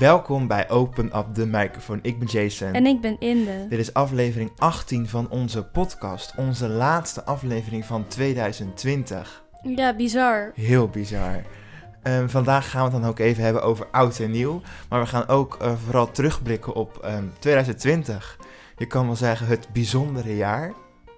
Welkom bij Open Up the Microphone. Ik ben Jason. En ik ben Inde. Dit is aflevering 18 van onze podcast. Onze laatste aflevering van 2020. Ja, bizar. Heel bizar. Vandaag gaan we het dan ook even hebben over oud en nieuw. Maar we gaan ook vooral terugblikken op 2020. Je kan wel zeggen het bijzondere jaar.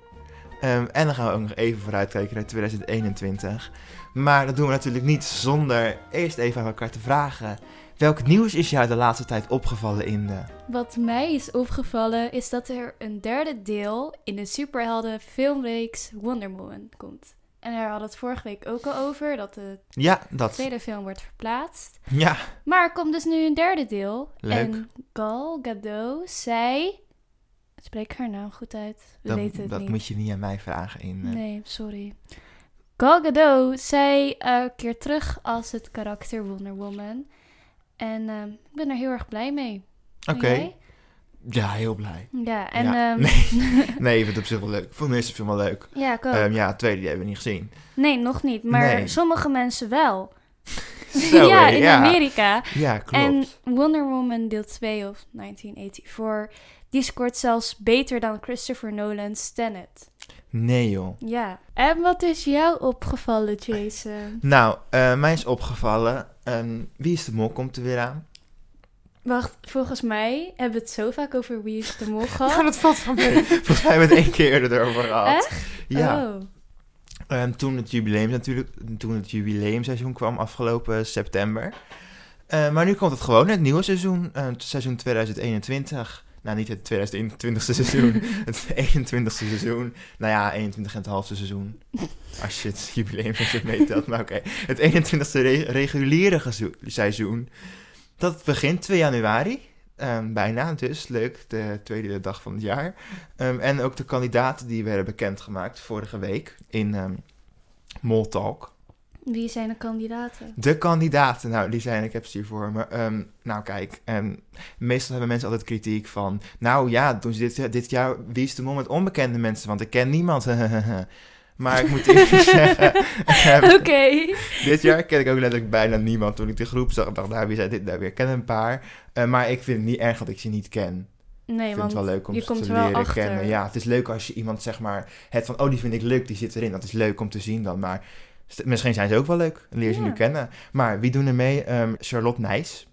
En dan gaan we ook nog even vooruitkijken naar 2021. Maar dat doen we natuurlijk niet zonder eerst even aan elkaar te vragen. Welk nieuws is jou de laatste tijd opgevallen in de... Wat mij is opgevallen is dat er een derde deel in de superhelden filmreeks Wonder Woman komt. En daar hadden we het vorige week ook al over, dat de tweede film wordt verplaatst. Ja. Maar er komt dus nu een derde deel. Leuk. En Gal Gadot, zij... Spreek haar naam goed uit? We weten het dat niet. moet je niet aan mij vragen. Nee, sorry. Gal Gadot, zij keert terug als het karakter Wonder Woman. En ik ben er heel erg blij mee. Oké. Ja, heel blij. Ja, en... Ja. Nee, ik vind het op zich wel leuk. Ik vond de eerste film wel leuk. Ja, ik ook. Het tweede die hebben we niet gezien. Nee, nog niet. Maar sommige mensen wel. Zo, ja, in Amerika. Ja, klopt. En Wonder Woman deel 2 of 1984... die scoort zelfs beter dan Christopher Nolan's Tenet. Nee, joh. Ja. En wat is jou opgevallen, Jason? Nou, mij is opgevallen... Wie is de Mol komt er weer aan? Wacht, volgens mij hebben we het zo vaak over Wie is de Mol gehad. Ja, dat valt van mee. Volgens mij hebben we het 1 keer eerder erover gehad. Echt? Ja. Oh. Toen het jubileumseizoen kwam afgelopen september. Maar nu komt het gewoon, het nieuwe seizoen. Seizoen 2021. Nou, niet het 2021ste seizoen. Het 21ste seizoen. Nou ja, 21,5 seizoen. Als je het jubileumseizoen meetelt. Maar oké. Het 21ste reguliere seizoen. Dat begint 2 januari. Bijna, dus leuk. De tweede dag van het jaar. En ook de kandidaten die werden bekendgemaakt vorige week in Mol Talk. Wie zijn de kandidaten? De kandidaten, nou die zijn, ik heb ze hier voor me. Nou kijk, meestal hebben mensen altijd kritiek van... Nou ja, doen ze dit jaar Wie is de Mol met onbekende mensen, want ik ken niemand. Maar ik moet eerlijk zeggen... Oké. Dit jaar ken ik ook letterlijk bijna niemand. Toen ik de groep zag, dacht ik, wie zijn dit nou weer? Ik ken een paar. Maar ik vind het niet erg dat ik ze niet ken. Nee, ik vind het wel leuk om je ze komt te wel leren achter. kennen. Ja, het is leuk als je iemand zeg maar... Het van, oh die vind ik leuk, die zit erin. Dat is leuk om te zien dan, maar... Misschien zijn ze ook wel leuk. Leer ze nu kennen. Maar wie doen er mee? Charlotte Nijs.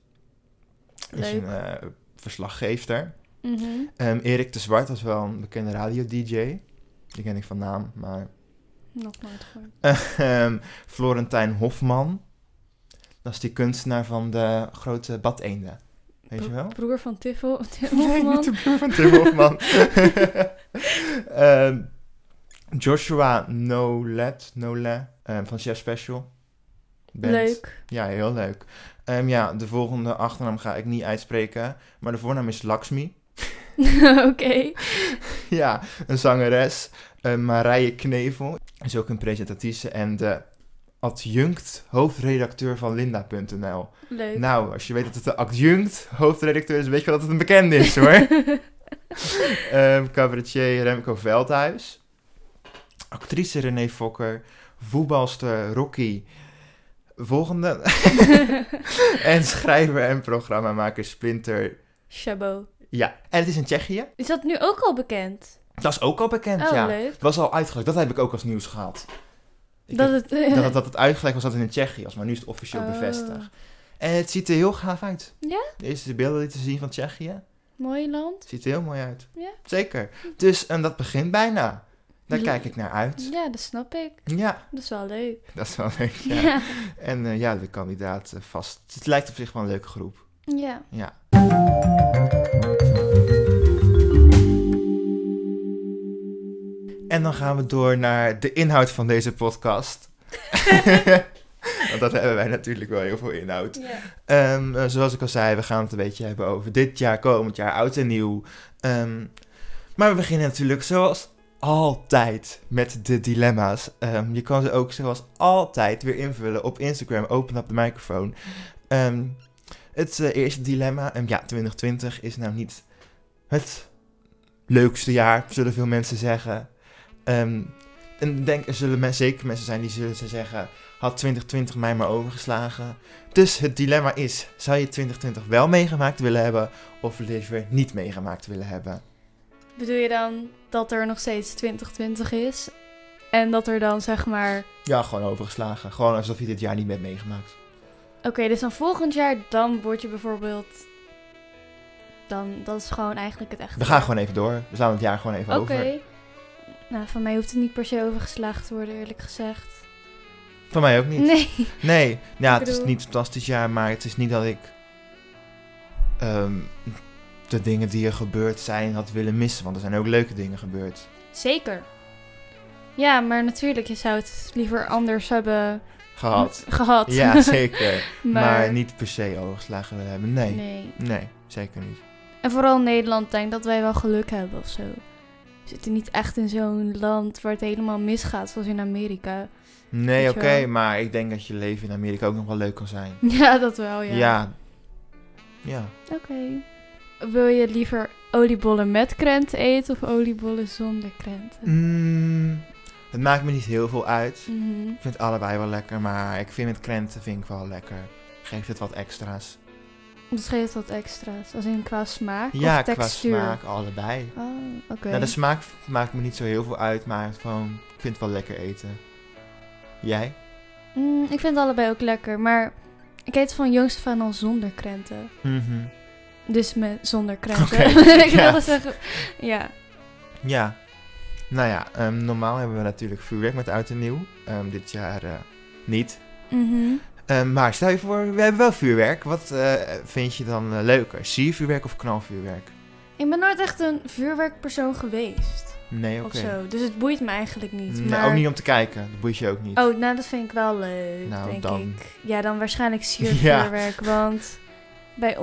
Is een verslaggeefster. Mm-hmm. Erik de Zwart, dat is wel een bekende radio-dj. Die ken ik van naam, maar... Nog nooit gehoord. Florentijn Hofman. Dat is die kunstenaar van de grote badeenden. Weet je wel? Broer van Tim Nee, Hofman. niet de broer van Tim Hofman. Joshua Nolet van Chef Special. Band. Leuk. Ja, heel leuk. De volgende achternaam ga ik niet uitspreken. Maar de voornaam is Lakshmi. Oké. Ja, een zangeres. Marije Knevel. Is ook een presentatrice. En de adjunct hoofdredacteur van Linda.nl. Leuk. Nou, als je weet dat het de adjunct hoofdredacteur is, weet je wel dat het een bekende is hoor. Cabaretier Remco Veldhuis. Actrice René Fokker. Voetbalster Rocky. Volgende. En schrijver en programmamaker Splinter Chabot. Ja, en het is in Tsjechië. Is dat nu ook al bekend? Dat is ook al bekend, Oh, ja. leuk. Het was al uitgelekt, dat heb ik ook als nieuws gehad. Dat het uitgelekt was dat het in Tsjechië was, maar nu is het officieel bevestigd. En het ziet er heel gaaf uit. Ja? De eerste beelden die te zien van Tsjechië. Mooi land. Het ziet er heel mooi uit. Ja. Zeker. Dus dat begint bijna. Daar kijk ik naar uit. Ja, dat snap ik. Ja. Dat is wel leuk. Dat is wel leuk, ja. Ja. En de kandidaat vast. Het lijkt op zich wel een leuke groep. Ja. Ja. En dan gaan we door naar de inhoud van deze podcast. Want dat hebben wij natuurlijk wel heel veel inhoud. Ja. Zoals ik al zei, we gaan het een beetje hebben over dit jaar, komend jaar, oud en nieuw. Maar we beginnen natuurlijk zoals altijd met de dilemma's. Je kan ze ook zoals altijd weer invullen op Instagram. Open up de microfoon. Het eerste dilemma. 2020 is nou niet het leukste jaar, zullen veel mensen zeggen. En er zullen zeker mensen zijn die zullen zeggen... had 2020 mij maar overgeslagen. Dus het dilemma is, zou je 2020 wel meegemaakt willen hebben of liever niet meegemaakt willen hebben? Bedoel je dan dat er nog steeds 2020 is en dat er dan zeg maar... Ja, gewoon overgeslagen. Gewoon alsof je dit jaar niet bent meegemaakt. Oké, dus dan volgend jaar, dan word je bijvoorbeeld... Dat is gewoon eigenlijk het echte. We gaan gewoon even door. We slaan het jaar gewoon even over. Oké. Nou, van mij hoeft het niet per se overgeslagen te worden, eerlijk gezegd. Van mij ook niet. Nee. Ja, het is niet een fantastisch jaar, maar het is niet dat ik de dingen die er gebeurd zijn had willen missen. Want er zijn ook leuke dingen gebeurd. Zeker. Ja, maar natuurlijk, je zou het liever anders hebben... Gehad. Ja, zeker. maar niet per se overgeslagen willen hebben. Nee, zeker niet. En vooral in Nederland denk dat wij wel geluk hebben of zo. We zitten niet echt in zo'n land waar het helemaal misgaat, zoals in Amerika. Nee, oké, maar ik denk dat je leven in Amerika ook nog wel leuk kan zijn. Ja, dat wel, ja. Ja. Oké. Wil je liever oliebollen met krenten eten of oliebollen zonder krenten? Het maakt me niet heel veel uit. Mm-hmm. Ik vind het allebei wel lekker, maar ik vind het krenten wel lekker. Geeft het wat extra's. Dus geeft het wat extra's? Als in qua smaak ja, of textuur? Ja, qua smaak, allebei. Oh, oké. Nou, de smaak maakt me niet zo heel veel uit, maar gewoon, ik vind het wel lekker eten. Jij? Ik vind het allebei ook lekker, maar ik eet van jongs af aan al zonder krenten. Mm-hmm. Dus zonder krenten. Okay, ik wilde zeggen, ja. Ja. Nou ja, normaal hebben we natuurlijk vuurwerk met oud en nieuw. Dit jaar niet. Mm-hmm. Maar stel je voor, we hebben wel vuurwerk. Wat vind je dan leuker? Siervuurwerk of knalvuurwerk? Ik ben nooit echt een vuurwerkpersoon geweest. Nee, oké. Of zo. Dus het boeit me eigenlijk niet. Nee, maar... ook niet om te kijken. Dat boeit je ook niet. Oh, nou dat vind ik wel leuk, denk dan... ik. Ja, dan waarschijnlijk siervuurwerk. Want bij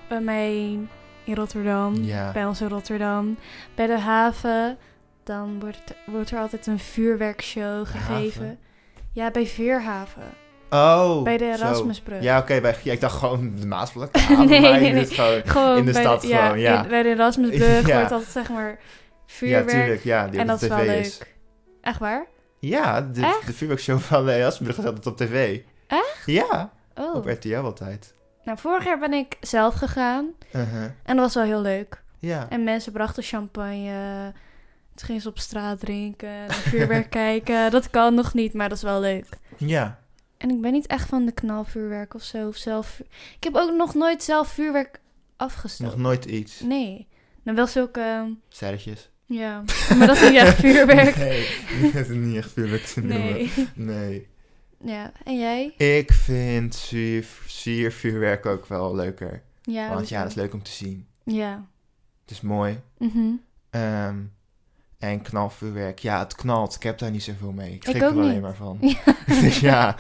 mij in Rotterdam, bij ons in Rotterdam, bij de haven, dan wordt er altijd een vuurwerkshow gegeven. Haven? Ja, bij Veerhaven. Oh, bij de Erasmusbrug. Ja, oké. Ik dacht gewoon de Maasvlak. nee. Gewoon in de stad gewoon, ja. Bij de Erasmusbrug wordt altijd, zeg maar, vuurwerk. Ja, tuurlijk, ja. Die en dat is wel leuk. Is. Echt waar? Ja, de vuurwerkshow van de Erasmusbrug is altijd op tv. Echt? Ja, oh. Op RTL altijd. Nou, vorig jaar ben ik zelf gegaan. Uh-huh. En dat was wel heel leuk. Ja. En mensen brachten champagne. Toen gingen ze op straat drinken. En vuurwerk kijken. Dat kan nog niet, maar dat is wel leuk. Ja. En ik ben niet echt van de knalvuurwerk of zo. Ik heb ook nog nooit zelf vuurwerk afgestoken. Nog nooit iets? Nee. Dan wel zulke... Sterretjes? Ja. Maar dat is niet echt vuurwerk. Nee, dat is niet echt vuurwerk te noemen. Nee. Ja, en jij? Ik vind siervuurwerk ook wel leuker. Ja, want ja, dat is leuk om te zien. Ja. Het is mooi. Mm-hmm. En knalvuurwerk, ja, het knalt. Ik heb daar niet zoveel mee. Ik schrik er alleen maar van. Ja. Dus ja.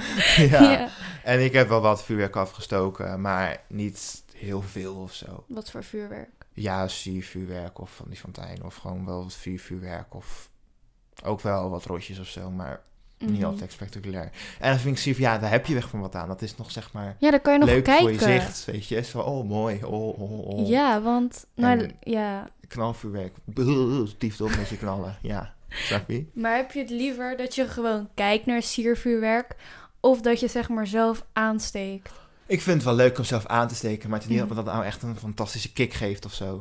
En ik heb wel wat vuurwerk afgestoken, maar niet heel veel of zo. Wat voor vuurwerk? Ja, siervuurwerk of van die fontein. Of gewoon wel wat vuurwerk of ook wel wat rotjes of zo, maar niet altijd spectaculair. En dan vind ik siervuurwerk, ja, daar heb je weg van wat aan. Dat is nog zeg maar ja, dan kan je nog leuk kijken. Voor je zicht, weet je. Zo, oh, mooi. Oh. Ja, want... Nou, ja. Knalvuurwerk. Stieft op met je knallen. Ja, snap je? Maar heb je het liever dat je gewoon kijkt naar siervuurwerk of dat je zeg maar zelf aansteekt? Ik vind het wel leuk om zelf aan te steken, maar het is niet dat dat nou echt een fantastische kick geeft of zo.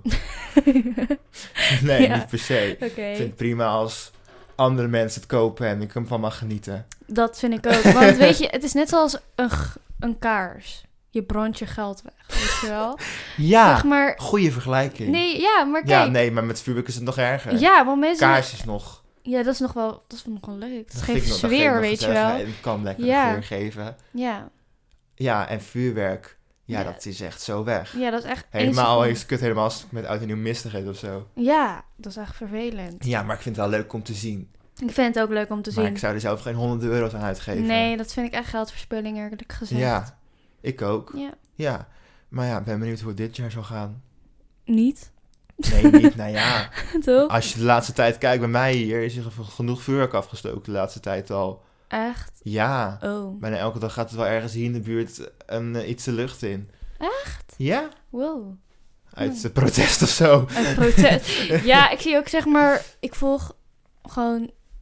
Nee, niet per se. Okay. Ik vind het prima als andere mensen het kopen en ik ervan mag genieten. Dat vind ik ook. Want weet je, het is net zoals een kaars. Je brandt je geld weg, weet je wel? Ja, zeg maar, goede vergelijking. Nee, ja, maar kijk. Ja, nee, maar met vuurwerk is het nog erger. Ja, want mensen... Kaars is nog... Ja, dat is nog wel leuk. Dat geeft sfeer, weet je wel. Het kan lekker sfeer geven. Ja. Ja, en vuurwerk, dat is echt zo weg. Ja, dat is echt... Helemaal is kut, helemaal als het met oud en nieuw mistig is of zo. Ja, dat is echt vervelend. Ja, maar ik vind het wel leuk om te zien. Ik vind het ook leuk om te zien. Maar ik zou er zelf geen €100 aan uitgeven. Nee, dat vind ik echt geldverspilling, eerlijk gezegd. Ja, ik ook. Ja. Maar ja, ben benieuwd hoe het dit jaar zal gaan. Niet? Nee, niet. Nou ja. Toch? Als je de laatste tijd kijkt bij mij hier, is er genoeg vuurwerk afgestoken de laatste tijd al. Echt? Ja. Oh. Bijna elke dag gaat het wel ergens hier in de buurt iets de lucht in. Echt? Ja. Wow. Uit protest of zo. Uit protest. Ja, ik zie ook zeg maar, ik volg gewoon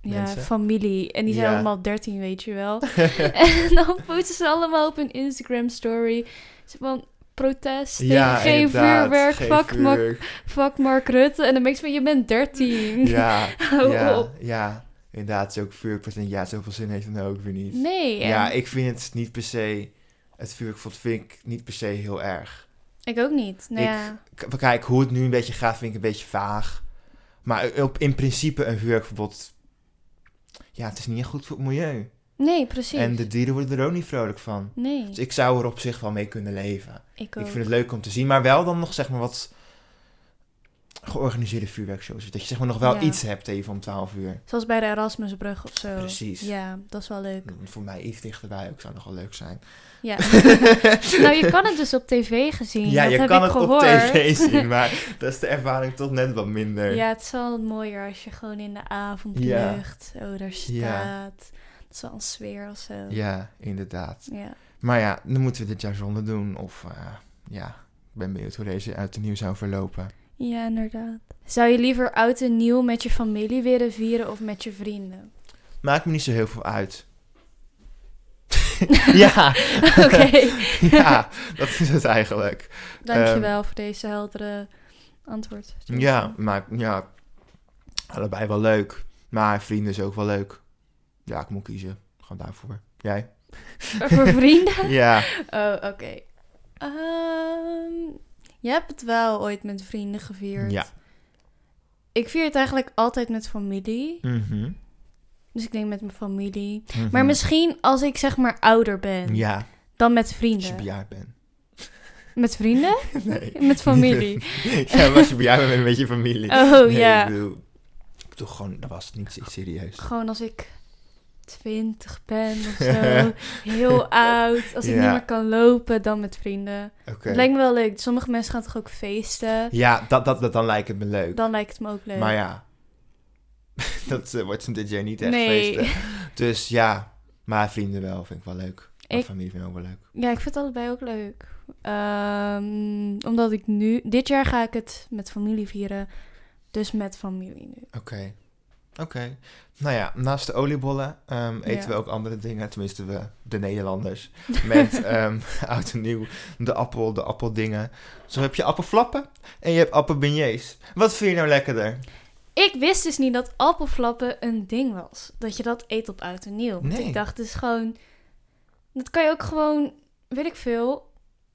mensen. Ja, familie. En die zijn allemaal 13, weet je wel. En dan posten ze allemaal op een Instagram story. Zo van protest tegen geen vuurwerk. Fuck Mark Rutte. En dan denk je van, je bent 13. Ja, inderdaad. Zo ook vuurwerk. Ja, zoveel zin heeft het nou ook weer niet. Nee. Ja, ik vind het niet per se... Het vuurwerk vind ik niet per se heel erg. Ik ook niet. Kijk, hoe het nu een beetje gaat, vind ik een beetje vaag. Maar in principe een vuurwerkverbod... Ja, het is niet echt goed voor het milieu. Nee, precies. En de dieren worden er ook niet vrolijk van. Nee. Dus ik zou er op zich wel mee kunnen leven. Ik vind het leuk om te zien. Maar wel dan nog zeg maar wat georganiseerde vuurwerkshows. Dat je zeg maar nog wel iets hebt even om 12 uur. Zoals bij de Erasmusbrug of zo. Precies. Ja, dat is wel leuk. Voor mij iets dichterbij ook zou nog wel leuk zijn. Ja. Nou, je kan het dus op tv gezien. Ja, dat je heb kan ik het gehoord. op tv zien, maar dat is de ervaring toch net wat minder. Ja, het is wel mooier als je gewoon in de avondlucht daar staat. Ja. Dat is wel een sfeer of zo. Ja, inderdaad. Ja. Maar ja, dan moeten we dit jaar zonder doen. Of ik ben benieuwd hoe deze uit en nieuw zou verlopen. Ja, inderdaad. Zou je liever oud en nieuw met je familie willen vieren of met je vrienden? Maakt me niet zo heel veel uit. Ja. Oké. Ja, dat is het eigenlijk. Dankjewel voor deze heldere antwoord. Ja, maar ja, allebei wel leuk. Maar vrienden is ook wel leuk. Ja, ik moet kiezen. Gewoon daarvoor. Jij? Voor vrienden? Ja. Oh, oké. Je hebt het wel ooit met vrienden gevierd. Ja. Ik vier het eigenlijk altijd met familie. Mm-hmm. Dus ik denk met mijn familie. Mm-hmm. Maar misschien als ik zeg maar ouder ben. Ja. Dan met vrienden. Als je bejaard bent. Met vrienden? Nee. Met familie. Ja, maar als je bejaard bent met je familie. Oh, nee, ja. Ik bedoel gewoon, dat was niet serieus. Gewoon als ik 20 ben of zo. Heel oud. Als ik niet meer kan lopen, dan met vrienden. Okay. Het lijkt me wel leuk. Sommige mensen gaan toch ook feesten? Ja, dan lijkt het me leuk. Dan lijkt het me ook leuk. Maar ja, dat wordt dit jaar niet echt feesten. Dus ja, maar vrienden wel, vind ik wel leuk. Maar familie vind ik ook wel leuk. Ja, ik vind het allebei ook leuk. Omdat ik dit jaar ga ik het met familie vieren. Dus met familie nu. Oké. Nou ja, naast de oliebollen eten we ook andere dingen. Tenminste, de Nederlanders. Met oud en nieuw de appeldingen. Zo heb je appelflappen en je hebt appelbeignets. Wat vind je nou lekkerder? Ik wist dus niet dat appelflappen een ding was. Dat je dat eet op oud en nieuw. Nee. Ik dacht dus gewoon... Dat kan je ook gewoon, weet ik veel...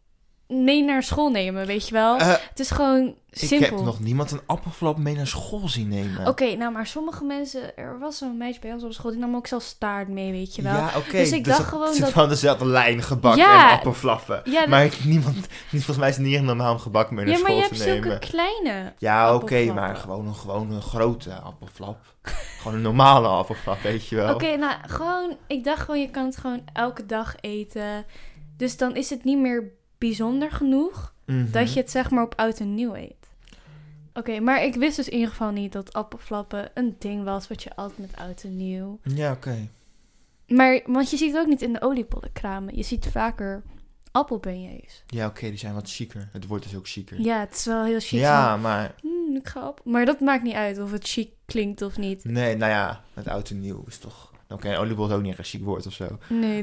mee naar school nemen, weet je wel. Het is gewoon simpel. Ik heb nog niemand een appelflap mee naar school zien nemen. Oké, nou, maar sommige mensen... Er was een meisje bij ons op school, die nam ook zelfs taart mee, weet je wel. Ja, oké. Dus ik dacht gewoon zit dat... van dezelfde lijn gebak en appelflappen. Ja, maar volgens mij is het niet echt normaal om gebak mee naar school te nemen. Ja, maar je hebt zulke kleine Ja, oké, maar gewoon een grote appelflap. Gewoon een normale appelflap, weet je wel. Oké, nou, gewoon... Ik dacht gewoon, je kan het gewoon elke dag eten. Dus dan is het niet meer bijzonder genoeg... dat je het zeg maar op oud en nieuw eet. Oké, maar ik wist dus in ieder geval niet dat appelflappen een ding was... wat je altijd met oud en nieuw... Ja, oké. Maar, want je ziet het ook niet in de oliebollenkramen. Je ziet vaker appelbeignets. Ja, oké, die zijn wat chiquer. Het wordt dus ook chiquer. Ja, het is wel heel chic. Ja, maar... ik ga op. Maar dat maakt niet uit of het chic klinkt of niet. Nee, nou ja, het oud en nieuw is toch... Oké, oliebol is ook niet echt een chic woord of zo. Nee,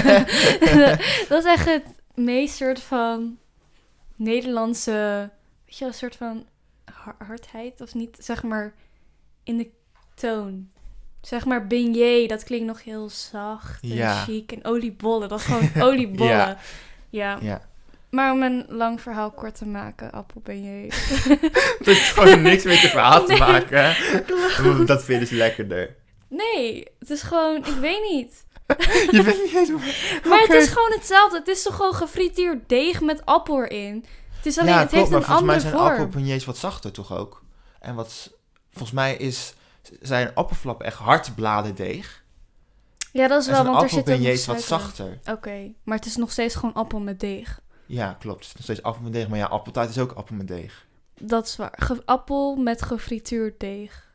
dat is echt het meest soort van Nederlandse... Weet je wel, een soort van hardheid of niet? Zeg maar in de toon. Zeg maar beignet, dat klinkt nog heel zacht en chic. En oliebollen, dat is gewoon oliebollen. Ja. Maar om een lang verhaal kort te maken, appelbeignet. Dat is gewoon niks met je verhaal te maken. Dat vinden ze lekkerder. Nee, het is gewoon, ik weet niet. Je weet niet eens Maar het is gewoon hetzelfde. Het is toch gewoon gefrituurd deeg met appel erin. Het is alleen, het heeft een andere vorm. Volgens mij zijn appelbeignets wat zachter toch ook? En volgens mij zijn appelflappen echt hardbladerdeeg. Ja, dat is wel, want er zit ook appelbeignets wat zachter. Oké, maar het is nog steeds gewoon appel met deeg. Ja, klopt. Het is nog steeds appel met deeg. Maar ja, appeltaart is ook appel met deeg. Dat is waar. Appel met gefrituurd deeg.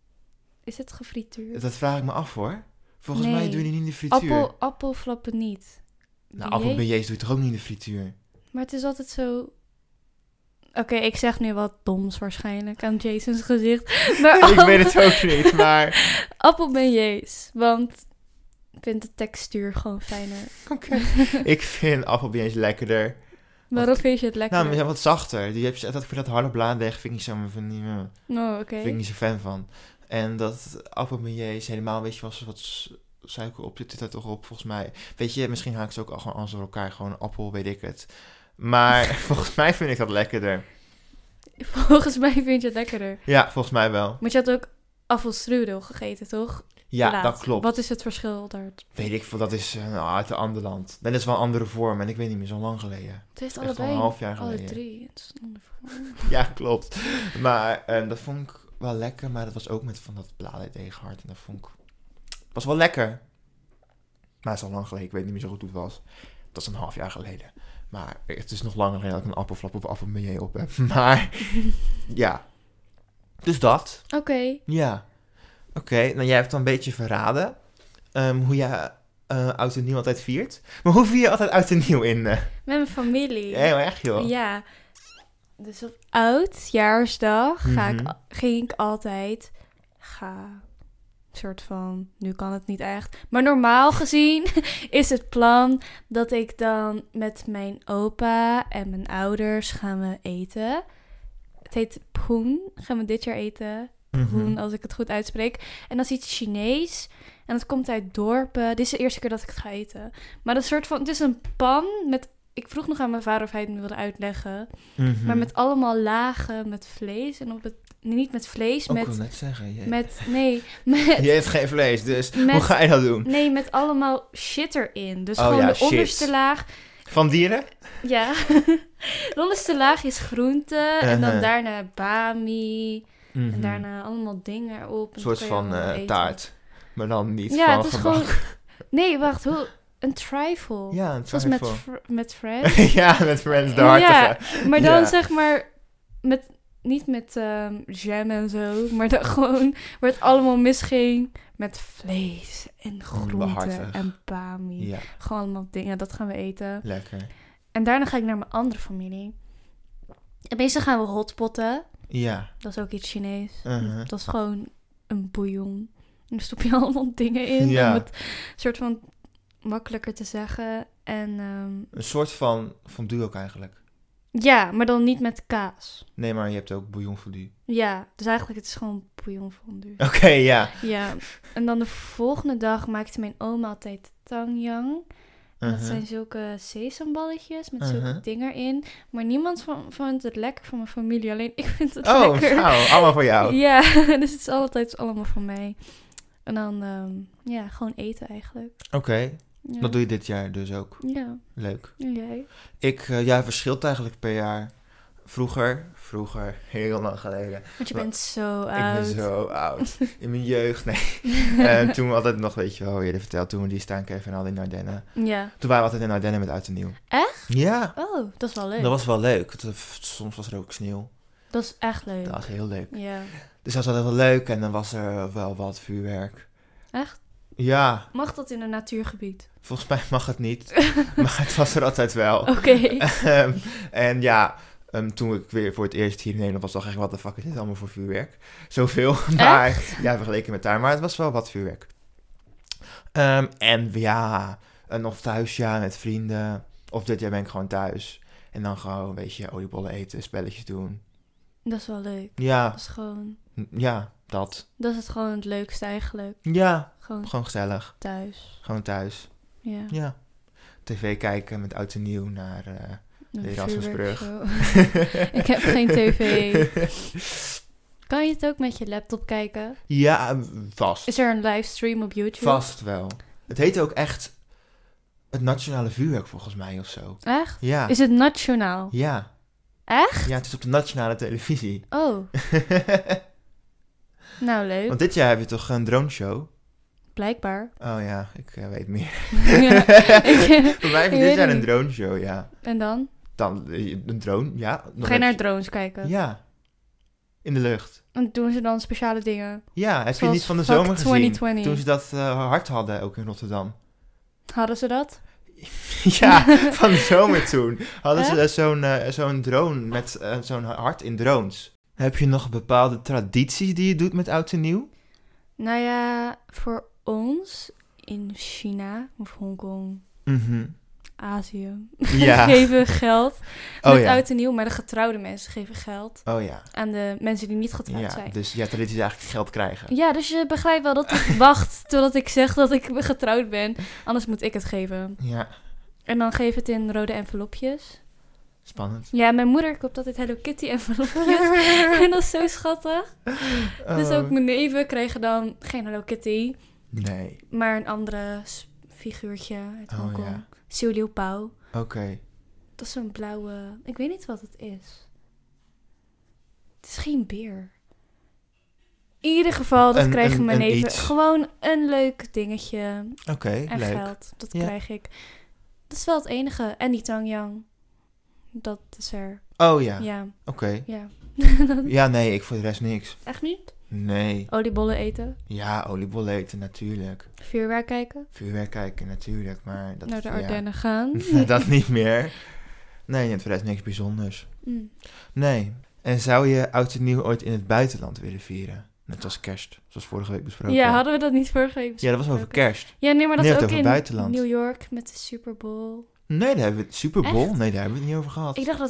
Is het gefrituurd? Dat vraag ik me af hoor. Volgens mij doe je die niet in de frituur. Appelflappen niet. Nou, appelbeignets doe je toch ook niet in de frituur? Maar het is altijd zo... Oké, ik zeg nu wat doms waarschijnlijk aan Jason's gezicht. Maar ik weet het ook niet, maar... appelbeignets, want ik vind de textuur gewoon fijner. Oké. Ik vind appelbeignets lekkerder. Waarom vind je het lekker? Nou, maar ze zijn wat zachter. Ik vind dat harde blaaddeeg vind ik zo, oké. vind ik niet zo fan van. En dat appelbeignet helemaal, weet je, was wat suiker op zit er toch op, volgens mij. Weet je, misschien haak ik ze ook al gewoon alles door elkaar, gewoon appel, weet ik het. Maar volgens mij vind ik dat lekkerder. Volgens mij vind je het lekkerder. Ja, volgens mij wel. Maar je had ook afvalstrudel gegeten, toch? Ja, Laat. dat klopt. Wat is het verschil daar? Weet ik veel, dat is uit een ander land. Dat is wel een andere vorm en ik weet niet meer, zo lang geleden. Het heeft Echt allebei, al een half jaar alle geleden. 3. Het is een andere vorm. Ja, klopt. Maar dat vond ik wel lekker, maar dat was ook met van dat bladerdeeghard. En dat vond ik... was wel lekker. Maar het is al lang geleden, ik weet niet meer zo goed hoe het was. Dat is een half jaar geleden. Maar het is nog langer geleden dat ik een appelflap of appelbeignet op heb. Maar ja. Dus dat. Oké. Ja. Oké, nou jij hebt dan een beetje verraden hoe je oud en nieuw altijd viert. Maar hoe vier je altijd oud en nieuw in? Met mijn familie. Heel echt joh. Ja. Dus op oudjaarsdag ging ik altijd... soort van, nu kan het niet echt. Maar normaal gezien is het plan dat ik dan met mijn opa en mijn ouders gaan we eten. Het heet Poen. Gaan we dit jaar eten. Poen, als ik het goed uitspreek. En dat is iets Chinees. En dat komt uit dorpen. Dit is de eerste keer dat ik het ga eten. Maar dat soort van, het is een pan met... Ik vroeg nog aan mijn vader of hij het me wilde uitleggen. Maar met allemaal lagen met vlees. En op het... Niet met vlees, ik wil net zeggen. Je eet geen vlees, dus hoe ga je dat doen? Nee, met allemaal shit erin. Dus gewoon de onderste laag... Van dieren? Ja. De onderste laag is groente. En dan daarna bami. En daarna allemaal dingen erop. Een soort van taart. Maar dan niet ja, van het is gebak. gewoon... Nee, wacht. Een trifle. Ja, een trifle. Zoals met Friends. Ja, met Friends, de hartige. Ja, maar dan zeg maar... Niet met jam en zo, maar dat gewoon waar het allemaal misging met vlees en groenten en bami. Ja. Gewoon allemaal dingen, dat gaan we eten. Lekker. En daarna ga ik naar mijn andere familie. En meestal gaan we hotpotten. Ja. Dat is ook iets Chinees. Dat is gewoon een bouillon. En daar stop je allemaal dingen in om het soort van makkelijker te zeggen. En, een soort van fondue ook eigenlijk. Ja, maar dan niet met kaas. Nee, maar je hebt ook bouillon fondue. Ja, dus eigenlijk het is gewoon bouillon fondue. Oké, ja. Ja, en dan de volgende dag maakte mijn oma altijd tangyang. En dat zijn zulke sesamballetjes met zulke dingen erin. Maar niemand vond het lekker van mijn familie. Alleen ik vind het lekker. Oh, nou, allemaal voor jou. Ja, dus het is altijd allemaal van mij. En dan, gewoon eten eigenlijk. Oké. Ja. Dat doe je dit jaar dus ook. Ja. Leuk. En jij? Ik, verschilt eigenlijk per jaar. Vroeger, heel lang geleden. Want je bent zo oud. Ik ben zo oud. In mijn jeugd, nee. Toen we altijd nog, weet je wel, eerder verteld, toen we die Staankeven hadden in Ardennen. Ja. Toen waren we altijd in Ardennen met Oud en Nieuw. Echt? Ja. Oh, dat is wel leuk. Dat was wel leuk. Soms was er ook sneeuw. Dat is echt leuk. Dat was heel leuk. Ja. Dus dat was altijd wel leuk en dan was er wel wat vuurwerk. Echt? Ja. Mag dat in een natuurgebied? Volgens mij mag het niet, maar het was er altijd wel. Oké. En ja, toen ik weer voor het eerst hier in Nederland was, dacht ik, wat de fuck is dit allemaal voor vuurwerk? Zoveel, maar ja, vergeleken met daar, maar het was wel wat vuurwerk. En ja, nog thuis, ja, met vrienden. Of dit jaar ben ik gewoon thuis. En dan gewoon, weet je, oliebollen eten, spelletjes doen. Dat is wel leuk. Ja. Dat is gewoon... Ja, dat. Dat is het gewoon het leukste eigenlijk. Ja, gewoon gezellig. Thuis. Gewoon thuis. Ja. Ja. TV kijken met Oud en Nieuw naar de Erasmusbrug. Ik heb geen tv. Kan je het ook met je laptop kijken? Ja, vast. Is er een livestream op YouTube? Vast wel. Het heet ook echt het nationale vuurwerk volgens mij of zo. Echt? Ja. Is het nationaal? Ja. Echt? Ja, het is op de nationale televisie. Oh. Nou, leuk. Want dit jaar heb je toch een droneshow? Blijkbaar. Oh ja, ik weet meer. Ja, voor mij heb je dit jaar een droneshow, ja. En dan? Dan een drone, ja. Ga je naar drones kijken? Ja. In de lucht. En doen ze dan speciale dingen? Ja, heb zoals je niet van de zomer gezien? 2020. Toen ze dat hard hadden, ook in Rotterdam. Hadden ze dat? Ja, van de zomer toen. Hadden ze zo'n drone met zo'n hart in drones. Heb je nog bepaalde tradities die je doet met oud en nieuw? Nou ja, voor ons in China of Hongkong, Azië, geven geld met oud en nieuw. Maar de getrouwde mensen geven geld aan de mensen die niet getrouwd zijn. Dus ja, traditie is eigenlijk geld krijgen. Ja, dus je begrijpt wel dat ik wacht totdat ik zeg dat ik getrouwd ben. Anders moet ik het geven. Ja. En dan geef het in rode envelopjes. Spannend. Ja, mijn moeder koopt altijd Hello Kitty envelopjes. En dat is zo schattig. Dus ook mijn neven kregen dan geen Hello Kitty. Nee. Maar een andere figuurtje uit Hongkong. Ja. Xiu Liu Pao. Oké. Dat is zo'n blauwe... Ik weet niet wat het is. Het is geen beer. In ieder geval, dat krijgen mijn neven. Iets. Gewoon een leuk dingetje. Oké, en leuk. Geld. Dat krijg ik. Dat is wel het enige. En die Tangyang. Dat is er. Oh ja. Ja. Oké. Ja. Ja, nee, ik voor de rest niks. Echt niet? Nee. Oliebollen eten? Ja, oliebollen eten natuurlijk. Vuurwerk kijken? Vuurwerk kijken natuurlijk, maar... Dat, naar de Ardennen gaan? Dat niet meer. Nee, voor de rest niks bijzonders. Nee. En zou je oud en nieuw ooit in het buitenland willen vieren? Net als kerst, zoals vorige week besproken. Ja, hadden we dat niet vorige week besproken? Ja, dat was over kerst. Ja, nee, maar dat is ook in buitenland. New York met de Super Bowl. Nee, daar hebben we Super Bowl? Echt? Nee, daar hebben we het niet over gehad. Ik dacht dat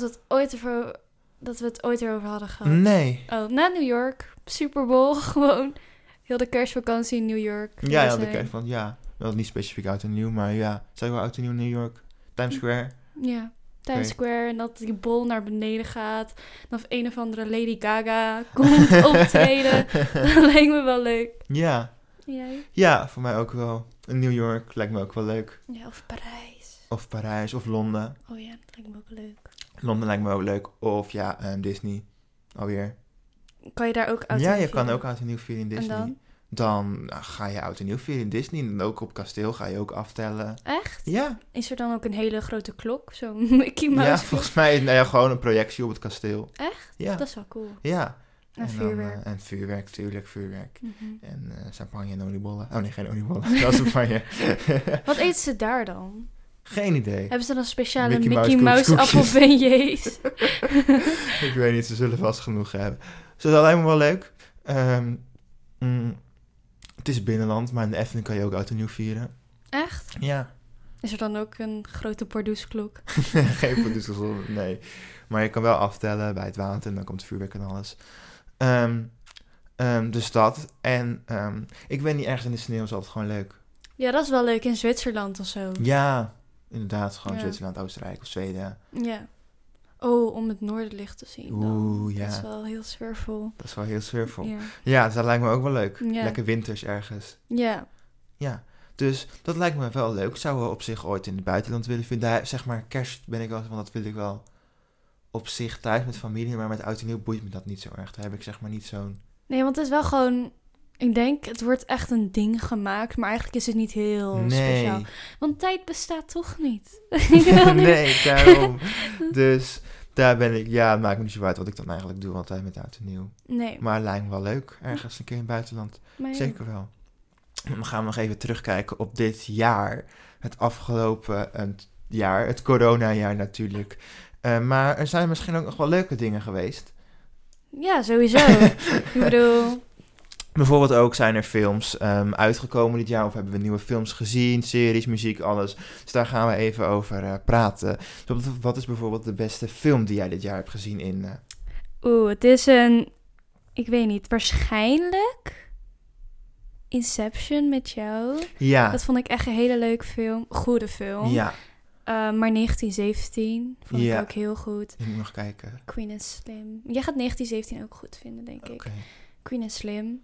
we het ooit erover hadden gehad. Nee. Oh, na New York, Super Bowl, gewoon heel de kerstvakantie in New York. Ja, heel de kerstvakantie, ja. Wel niet specifiek oud en nieuw, maar ja. Zou je wel oud en nieuw in New York? Times Square? Ja, Times Square. En dat die bol naar beneden gaat. En of een of andere Lady Gaga komt optreden. Dat lijkt me wel leuk. Ja. Jij? Ja, voor mij ook wel. In New York lijkt me ook wel leuk. Ja, of Parijs. Of Parijs, of Londen. Oh ja, dat lijkt me ook leuk. Londen lijkt me ook leuk. Of ja, Disney. Alweer. Kan je daar ook oud en nieuw vieren? Ja, je vieren? kan ook oud en nieuw vieren in Disney. En dan? Dan ga je oud en nieuw vieren in Disney. En ook op kasteel ga je ook aftellen. Echt? Ja. Is er dan ook een hele grote klok? Zo'n Mickey Mouse Ja, klok? volgens mij gewoon een projectie op het kasteel. Echt? Ja. Dat is wel cool. Ja. En vuurwerk. En vuurwerk, tuurlijk, vuurwerk. En champagne en oliebollen. Oh nee, geen oliebollen. Dat is champagne. Wat eten ze daar dan? Geen idee. Hebben ze dan speciale Mickey Mouse appelbeignets? Ik weet niet, ze zullen vast genoeg hebben. Dus dat lijkt me wel leuk. Het is binnenland, maar in de Efteling kan je ook oud en nieuw vieren. Echt? Ja. Is er dan ook een grote Pardoesklok? Geen Pardoesklok, nee. Maar je kan wel aftellen bij het water en dan komt vuurwerk en alles. Dus dat. En ik ben niet ergens in de sneeuw, is altijd gewoon leuk. Ja, dat is wel leuk in Zwitserland of zo. Ja, inderdaad. Gewoon Zwitserland, Oostenrijk of Zweden. Ja. Oh, om het noorderlicht te zien. Oeh, ja. Dat is wel heel sfeervol. Dat is wel heel sfeervol. Ja, ja, dus dat lijkt me ook wel leuk. Ja. Lekker winters ergens. Ja. Ja, dus dat lijkt me wel leuk. Zouden we op zich ooit in het buitenland willen vinden. Daar, zeg maar, kerst ben ik wel, want dat wil ik wel op zich thuis met familie. Maar met oud en nieuw boeit me dat niet zo erg. Daar heb ik zeg maar niet zo'n... Nee, want het is wel gewoon... Ik denk, het wordt echt een ding gemaakt, maar eigenlijk is het niet heel speciaal. Want tijd bestaat toch niet? Nee, daarom. Dus daar ben ik... Ja, het maakt me niet zo uit wat ik dan eigenlijk doe altijd met oud en nieuw. Nee. Maar het lijkt me wel leuk, ergens een keer in het buitenland. Maar zeker wel. Dan gaan we nog even terugkijken op dit jaar. Het afgelopen jaar, het coronajaar natuurlijk. Maar er zijn misschien ook nog wel leuke dingen geweest. Ja, sowieso. Ik bedoel... Bijvoorbeeld ook zijn er films uitgekomen dit jaar, of hebben we nieuwe films gezien, series, muziek, alles. Dus daar gaan we even over praten. Wat is bijvoorbeeld de beste film die jij dit jaar hebt gezien in... het is ik weet niet, waarschijnlijk Inception met jou. Ja. Dat vond ik echt een hele leuke film, goede film. Ja. Maar 1917 vond ik ook heel goed. Ik moet nog kijken. Queen and Slim. Jij gaat 1917 ook goed vinden, denk ik. Queen and Slim.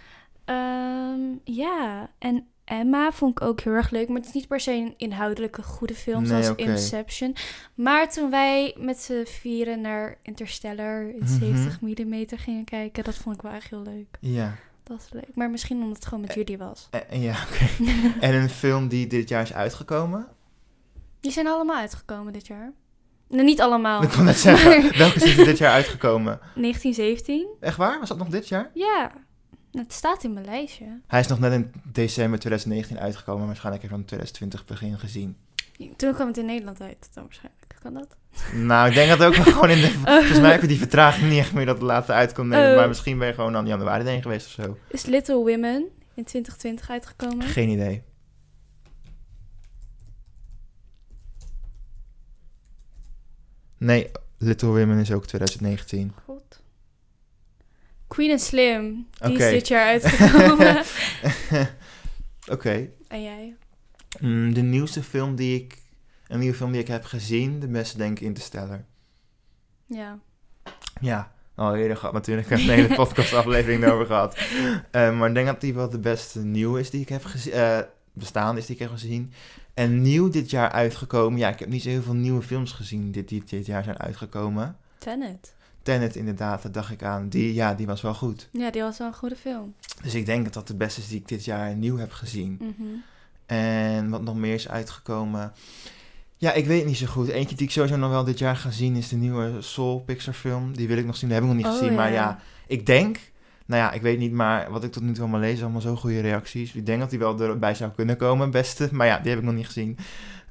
Ja, en Emma vond ik ook heel erg leuk. Maar het is niet per se een inhoudelijke goede film zoals Inception. Maar toen wij met z'n vieren naar Interstellar in 70 mm gingen kijken, dat vond ik wel echt heel leuk. Ja. Dat is leuk. Maar misschien omdat het gewoon met jullie was. Ja, oké. En een film die dit jaar is uitgekomen? Die zijn allemaal uitgekomen dit jaar. Nee, niet allemaal. Ik kon net zeggen, welke is er dit jaar uitgekomen? 1917. Echt waar? Was dat nog dit jaar? Ja, het staat in mijn lijstje. Hij is nog net in december 2019 uitgekomen. Waarschijnlijk heb ik van 2020 begin gezien. Toen kwam het in Nederland uit, dan waarschijnlijk. Kan dat? Nou, ik denk dat ook wel gewoon in de... Volgens mij heb je die vertraging niet echt meer dat het later uitkomt. Nee, maar misschien ben je gewoon aan januari heen geweest of zo. Is Little Women in 2020 uitgekomen? Geen idee. Nee, Little Women is ook 2019. God. Queen and Slim, die is dit jaar uitgekomen. Oké. En jij? De nieuwe film die ik heb gezien, de beste denk ik Interstellar. Ja. Ja, al eerder gehad natuurlijk. Ik heb een hele podcastaflevering over gehad. Maar ik denk dat die wel de beste nieuw is die ik heb gezien. Bestaande is die ik heb gezien. En nieuw dit jaar uitgekomen. Ja, ik heb niet zo heel veel nieuwe films gezien die dit jaar zijn uitgekomen. Tenet, inderdaad, dat dacht ik aan. Die was wel goed. Ja, die was wel een goede film. Dus ik denk dat dat de beste is die ik dit jaar nieuw heb gezien. Mm-hmm. En wat nog meer is uitgekomen... Ja, ik weet niet zo goed. Eentje die ik sowieso nog wel dit jaar ga zien is de nieuwe Soul Pixar film. Die wil ik nog zien, die heb ik nog niet gezien. Ja. Maar ja, ik denk... Nou ja, ik weet niet, maar wat ik tot nu toe allemaal lees, allemaal zo goede reacties. Ik denk dat die wel erbij zou kunnen komen, beste. Maar ja, die heb ik nog niet gezien.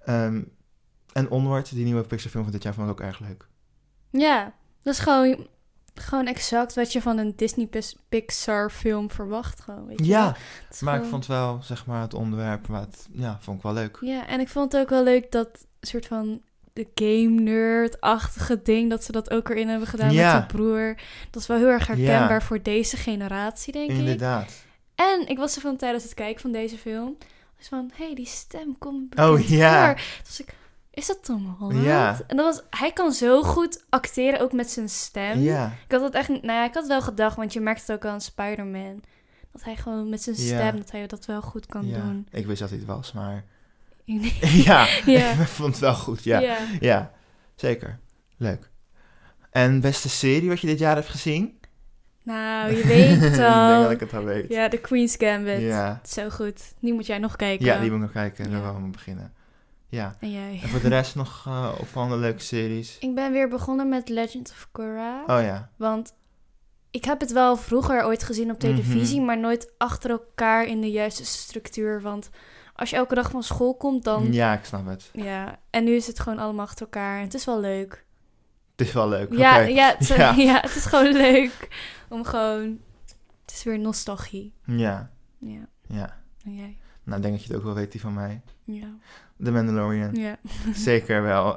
En Onward, die nieuwe Pixar film van dit jaar, vond ik ook erg leuk. Ja, dat is gewoon exact wat je van een Disney Pixar film verwacht. Gewoon, weet je Ja, wel? maar gewoon... ik vond wel, zeg maar, het onderwerp, vond ik wel leuk. Ja, en ik vond het ook wel leuk dat soort van de game nerd-achtige ding, dat ze dat ook erin hebben gedaan met zijn broer. Dat is wel heel erg herkenbaar voor deze generatie, denk ik. Inderdaad. En ik was er van tijdens het kijken van deze film, dus van, hé, die stem komt voor. Dus is dat Tom Holland? Ja. En hij kan zo goed acteren, ook met zijn stem. Ja. Ik had het echt, ik had het wel gedacht, want je merkt het ook aan Spider-Man. Dat hij gewoon met zijn stem, dat hij dat wel goed kan doen. Ik wist dat hij het was, maar... ja, ik vond het wel goed, ja. Zeker. Leuk. En beste serie wat je dit jaar hebt gezien? Nou, je weet het al. Ik denk dat ik het al weet. Ja, The Queen's Gambit. Ja. Zo goed. Die moet jij nog kijken. Ja, die moet ik nog kijken. Daar gaan we beginnen. Ja. En jij? En voor de rest nog opvallende leuke series? Ik ben weer begonnen met Legend of Korra. Oh ja. Want ik heb het wel vroeger ooit gezien op televisie, maar nooit achter elkaar in de juiste structuur. Want als je elke dag van school komt, dan... Ja, ik snap het. Ja, en nu is het gewoon allemaal achter elkaar. En het is wel leuk. Het is wel leuk, ja, het is gewoon leuk. Om gewoon... Het is weer nostalgie. Ja. En jij? Nou, ik denk dat je het ook wel weet, die van mij. Ja. The Mandalorian. Ja. Zeker wel.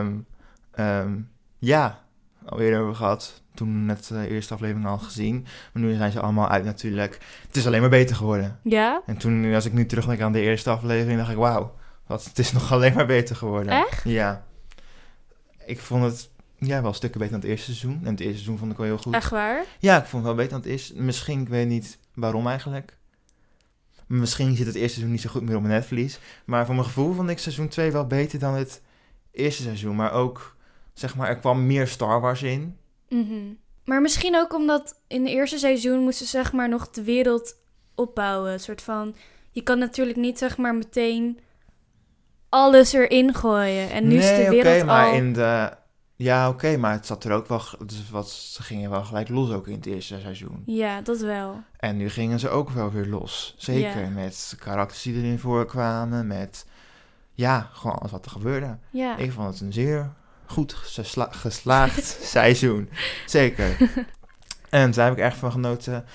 Ja, al eerder over gehad. Toen net de eerste aflevering al gezien. Maar nu zijn ze allemaal uit natuurlijk. Het is alleen maar beter geworden. Ja? En toen, als ik nu terugdenk aan de eerste aflevering, dacht ik, wauw, het is nog alleen maar beter geworden. Echt? Ja. Ik vond het wel stukken beter dan het eerste seizoen. En het eerste seizoen vond ik wel heel goed. Echt waar? Ja, ik vond het wel beter dan het eerste. Misschien, ik weet niet waarom eigenlijk. Misschien zit het eerste seizoen niet zo goed meer op mijn netvlies. Maar voor mijn gevoel vond ik seizoen 2 wel beter dan het eerste seizoen. Maar ook, zeg maar, er kwam meer Star Wars in. Mm-hmm. Maar misschien ook omdat in het eerste seizoen moesten ze, zeg maar, nog de wereld opbouwen. Een soort van, je kan natuurlijk niet, zeg maar, meteen alles erin gooien. En nu is de wereld maar maar het zat er ook wel... Dus ze gingen wel gelijk los ook in het eerste seizoen. Ja, dat wel. En nu gingen ze ook wel weer los. Zeker, met karakters die erin voorkwamen. Met, gewoon alles wat er gebeurde. Ja. Ik vond het een zeer goed geslaagd seizoen. Zeker. En daar heb ik erg van genoten.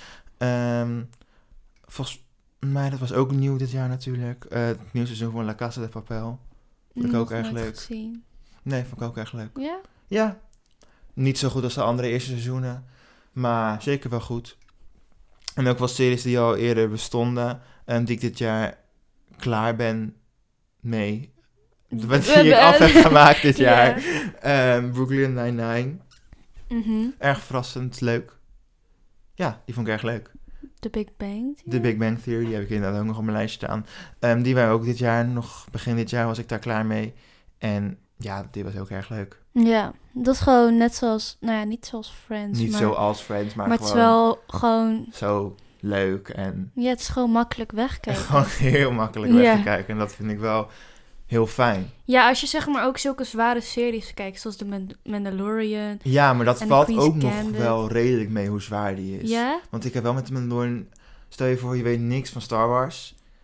Volgens mij, dat was ook nieuw dit jaar natuurlijk. Het nieuwe seizoen van La Casa de Papel. Vond ik ook erg leuk. Gezien. Nee, vond ik ook erg leuk. Ja? Ja. Niet zo goed als de andere eerste seizoenen. Maar zeker wel goed. En ook wel series die al eerder bestonden. Die ik dit jaar klaar ben mee. Wat die ik af heb gemaakt dit jaar. Brooklyn Nine-Nine. Mm-hmm. Erg verrassend, leuk. Ja, die vond ik erg leuk. The Big Bang Theory? The Big Bang Theory, die heb ik inderdaad ook nog op mijn lijstje staan. Die waren ook dit jaar begin dit jaar was ik daar klaar mee. En ja, die was ook erg leuk. Ja, dat is gewoon net zoals, niet zoals Friends. Niet zoals Friends, maar het is wel gewoon... Zo leuk en... Ja, het is gewoon makkelijk wegkijken. Gewoon heel makkelijk weg te kijken. En dat vind ik wel heel fijn. Ja, als je zeg maar ook zulke zware series kijkt, zoals The Mandalorian. Ja, maar dat valt ook nog wel redelijk mee hoe zwaar die is. Ja? Want ik heb wel met The Mandalorian... Stel je voor, je weet niks van Star Wars.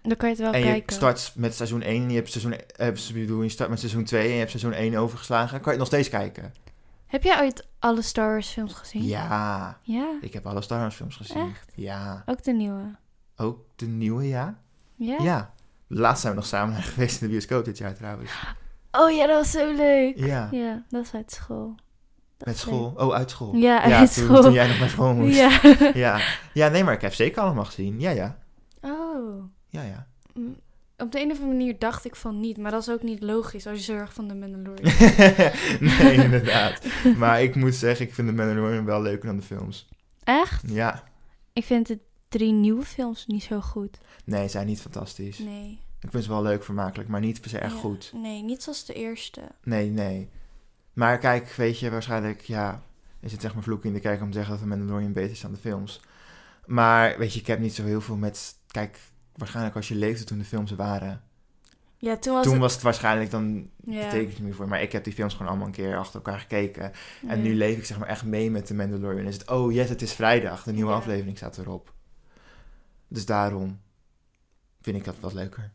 Dan kan je het wel en kijken. je start met seizoen 1 en je start met seizoen 2 en je hebt seizoen 1 overgeslagen. Kan je het nog steeds kijken. Heb jij ooit alle Star Wars films gezien? Ja. Ja? Ik heb alle Star Wars films gezien. Echt? Ja. Ook de nieuwe? Ook de nieuwe, ja? Ja? Ja. Laatst zijn we nog samen geweest in de bioscoop dit jaar trouwens. Oh ja, dat was zo leuk. Ja. Ja, dat was uit school. Met school? Oh, uit school. Ja, uit school. Toen jij nog naar school moest. Ja. Ja, nee, maar ik heb zeker allemaal gezien. Ja. Oh. Ja. Op de een of andere manier dacht ik van niet, maar dat is ook niet logisch als je zo erg van de Mandalorian. Nee, inderdaad. Maar ik moet zeggen, ik vind de Mandalorian wel leuker dan de films. Echt? Ja. Ik vind de 3 nieuwe films niet zo goed. Nee, ze zijn niet fantastisch. Nee. Ik vind ze wel leuk, vermakelijk, maar niet per se echt goed. Nee, niet zoals de eerste. Nee. Maar kijk, weet je, waarschijnlijk, is het zeg maar vloek in de kerk om te zeggen dat de Mandalorian beter is dan de films. Maar, weet je, ik heb niet zo heel veel met... Kijk, waarschijnlijk als je leefde toen de films er waren. Ja, toen was het waarschijnlijk, dan ja. betekent het niet meer voor. Maar ik heb die films gewoon allemaal een keer achter elkaar gekeken. En nu leef ik zeg maar echt mee met de Mandalorian. Is het, oh yes, het is vrijdag. De nieuwe aflevering staat erop. Dus daarom vind ik dat wat leuker.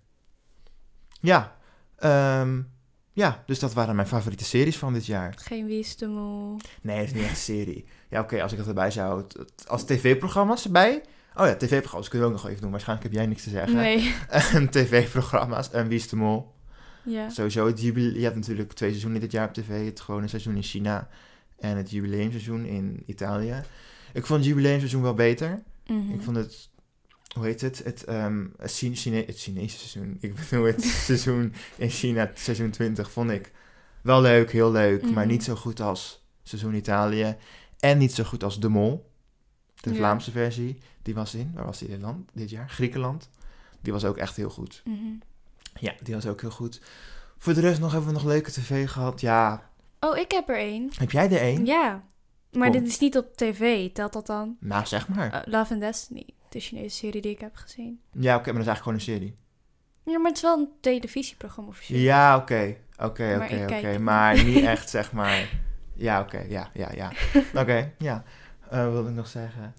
Ja, dus dat waren mijn favoriete series van dit jaar. Geen Wie is de Mol. Nee, het is niet echt een serie. Ja, oké, als ik dat erbij zou... Als tv-programma's erbij... Oh ja, tv-programma's kunnen we ook nog even doen. Waarschijnlijk heb jij niks te zeggen. Nee. TV-programma's. En Wie is de Mol? Ja. Sowieso het je hebt natuurlijk 2 seizoenen dit jaar op tv. Het gewone seizoen in China en het jubileumseizoen in Italië. Ik vond het jubileumseizoen wel beter. Mm-hmm. Ik vond het... Hoe heet het? Het Chinese seizoen. Ik bedoel het seizoen in China, seizoen 20, vond ik wel leuk, heel leuk. Mm-hmm. Maar niet zo goed als seizoen Italië. En niet zo goed als De Mol. De Vlaamse versie. Die was waar was die dit jaar? Griekenland. Die was ook echt heel goed. Mm-hmm. Ja, die was ook heel goed. Voor de rest hebben we nog leuke tv gehad. Ja. Oh, ik heb er 1. Heb jij er 1? Ja. Maar dit is niet op tv. Telt dat dan? Nou, zeg maar. Love and Destiny. De Chinese serie die ik heb gezien. Ja, oké, maar dat is eigenlijk gewoon een serie. Ja, maar het is wel een televisieprogramma officieel. Ja, oké. Maar niet echt, zeg maar... Ja, oké. Ja. Oké, ja. Wat wil ik nog zeggen?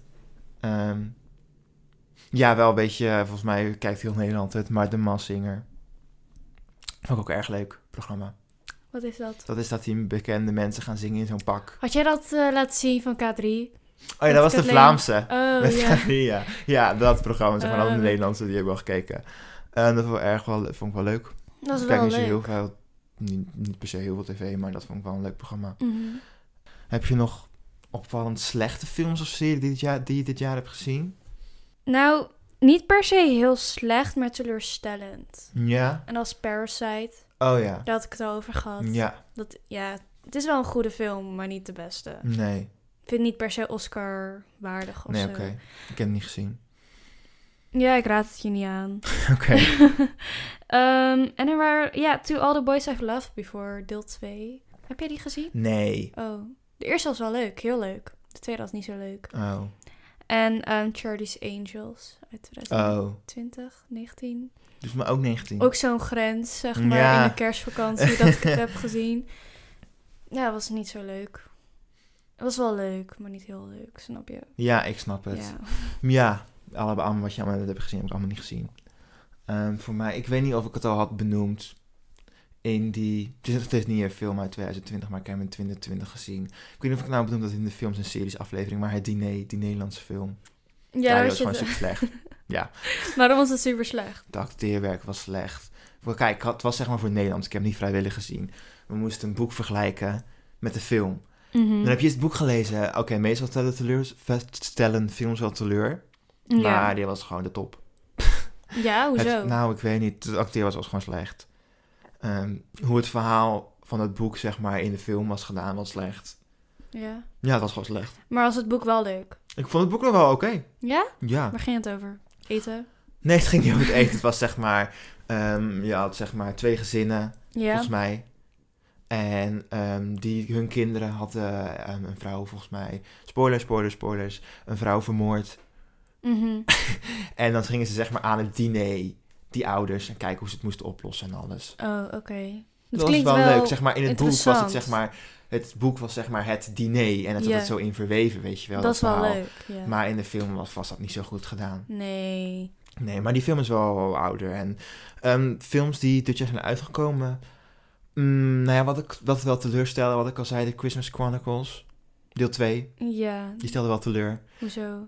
Ja, wel een beetje... Volgens mij kijkt heel Nederland het, maar De Masked Singer. Vond ik ook erg leuk, programma. Wat is dat? Dat is dat die bekende mensen gaan zingen in zo'n pak. Had jij dat laten zien van K3? Oh ja, dat was de Vlaamse. Oh, met ja. K3, ja. Ja, dat programma, zeg maar. Dan de Nederlandse, die hebben we wel gekeken. Dat vond ik wel leuk. Dat is ik wel kijk niet leuk. zo heel veel, niet per se heel veel tv, maar dat vond ik wel een leuk programma. Mm-hmm. Heb je nog opvallend slechte films of series die je dit jaar hebt gezien? Nou, niet per se heel slecht, maar teleurstellend. Ja. En als Parasite. Oh ja. Daar had ik het al over gehad. Ja. Het is wel een goede film, maar niet de beste. Nee. Ik vind het niet per se Oscar waardig of zo. Nee, oké. Ik heb het niet gezien. Ja, ik raad het je niet aan. Oké. En er waren, To All the Boys I've Loved Before, deel 2. Heb jij die gezien? Nee. Oh. De eerste was wel leuk, heel leuk. De tweede was niet zo leuk. Oh. En Charlie's Angels uit 2020, 19. Dus maar ook 19. Ook zo'n grens, zeg maar, in de kerstvakantie dat ik het heb gezien. Ja, het was niet zo leuk. Het was wel leuk, maar niet heel leuk, snap je? Ja, ik snap het. Ja, allemaal wat je allemaal hebt gezien, heb ik allemaal niet gezien. Voor mij, ik weet niet of ik het al had benoemd in die... Het is niet een film uit 2020, maar ik heb hem in 2020 gezien. Ik weet niet of ik nou benoemd dat in de films en series aflevering, maar het Diner, die Nederlandse film. Ja, dat was gewoon super slecht. Ja. Waarom was het super slecht? Het acteerwerk was slecht. Kijk, het was zeg maar voor Nederlands. Ik heb het niet vrijwillig gezien. We moesten een boek vergelijken met de film. Mm-hmm. Dan heb je het boek gelezen. Oké, meestal stellen films wel teleur. Maar die was gewoon de top. Ja, hoezo? Ik weet niet. Het acteerwerk was gewoon slecht. Hoe het verhaal van het boek zeg maar in de film was gedaan, was slecht. Ja. Ja, het was gewoon slecht. Maar was het boek wel leuk? Ik vond het boek nog wel oké. Ja? Ja. Waar ging het over? Eten? Nee, het ging niet over het eten. Het was zeg maar... je had zeg maar 2 gezinnen, volgens mij. En hun kinderen hadden een vrouw, volgens mij... Spoilers. Een vrouw vermoord. Mm-hmm. En dan gingen ze zeg maar aan het diner, die ouders, en kijken hoe ze het moesten oplossen en alles. Oh, oké. Dat was wel leuk. Zeg maar, in het boek was het zeg maar... Het boek was zeg maar het diner en het had het zo in verweven, weet je wel. Dat is wel leuk, ja. Maar in de film was dat niet zo goed gedaan. Nee. Nee, maar die film is wel ouder. En films die dit jaar zijn uitgekomen... nou ja, wat wel teleurstelde, wat ik al zei, de Christmas Chronicles, deel 2. Ja. Die stelde wel teleur. Hoezo?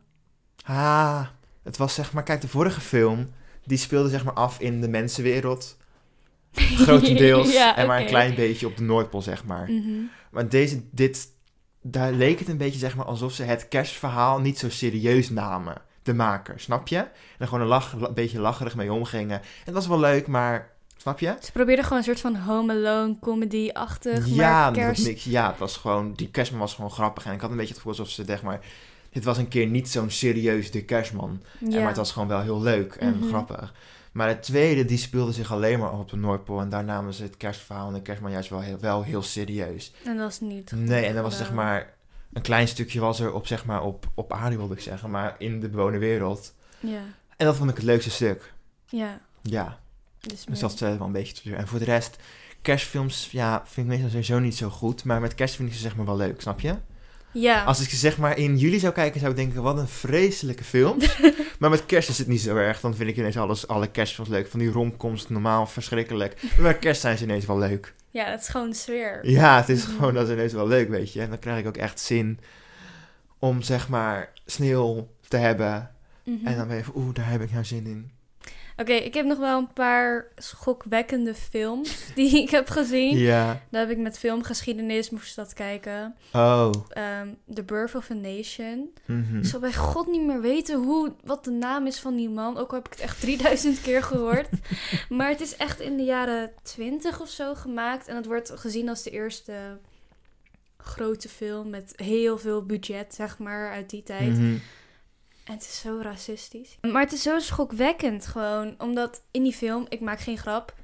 Het was zeg maar... Kijk, de vorige film, die speelde zeg maar af in de mensenwereld. Grotendeels. Ja, en maar een klein beetje op de Noordpool, zeg maar. Mm-hmm. Maar daar leek het een beetje zeg maar alsof ze het kerstverhaal niet zo serieus namen. De maker, snap je? En gewoon een beetje lacherig mee omgingen. En dat was wel leuk, maar... Snap je? Ze probeerden gewoon een soort van Home Alone comedy-achtig. Ja, maar kerst... niks. Ja, het was gewoon... Die kerstman was gewoon grappig. En ik had een beetje het gevoel alsof ze zeg maar... Dit was een keer niet zo'n serieus de kerstman. Ja. Maar het was gewoon wel heel leuk en grappig. Maar het tweede, die speelde zich alleen maar op de Noordpool. En daar namen ze het kerstverhaal en de kerstman juist wel heel serieus. En dat is niet goed. Nee, en dat was zeg maar... Een klein stukje was er op, zeg maar, op aarde wilde ik zeggen. Maar in de bewoonde wereld. Ja. En dat vond ik het leukste stuk. Ja. Ja. Dus dat stelde wel een beetje teleur. En voor de rest, kerstfilms, ja, vind ik meestal sowieso niet zo goed. Maar met kerst vind ik ze zeg maar wel leuk, snap je? Ja. Als ik ze zeg maar in juli zou kijken, zou ik denken, wat een vreselijke film. Maar met kerst is het niet zo erg. Dan vind ik ineens alle kerstfilms leuk. Van die romcoms, normaal verschrikkelijk. Maar met kerst zijn ze ineens wel leuk. Ja, het is gewoon de sfeer. Ja, het is gewoon, dat is ineens wel leuk, weet je. En dan krijg ik ook echt zin om zeg maar sneeuw te hebben. En dan ben je van, daar heb ik nou zin in. Oké, ik heb nog wel een paar schokwekkende films die ik heb gezien. Ja. Daar heb ik met filmgeschiedenis moest dat kijken. Oh. The Birth of a Nation. Mm-hmm. Ik zal bij God niet meer weten wat de naam is van die man. Ook al heb ik het echt 3000 keer gehoord. Maar het is echt in de jaren 20 of zo gemaakt. En het wordt gezien als de eerste grote film met heel veel budget, zeg maar, uit die tijd. Mm-hmm. En het is zo racistisch. Maar het is zo schokwekkend gewoon. Omdat in die film, ik maak geen grap,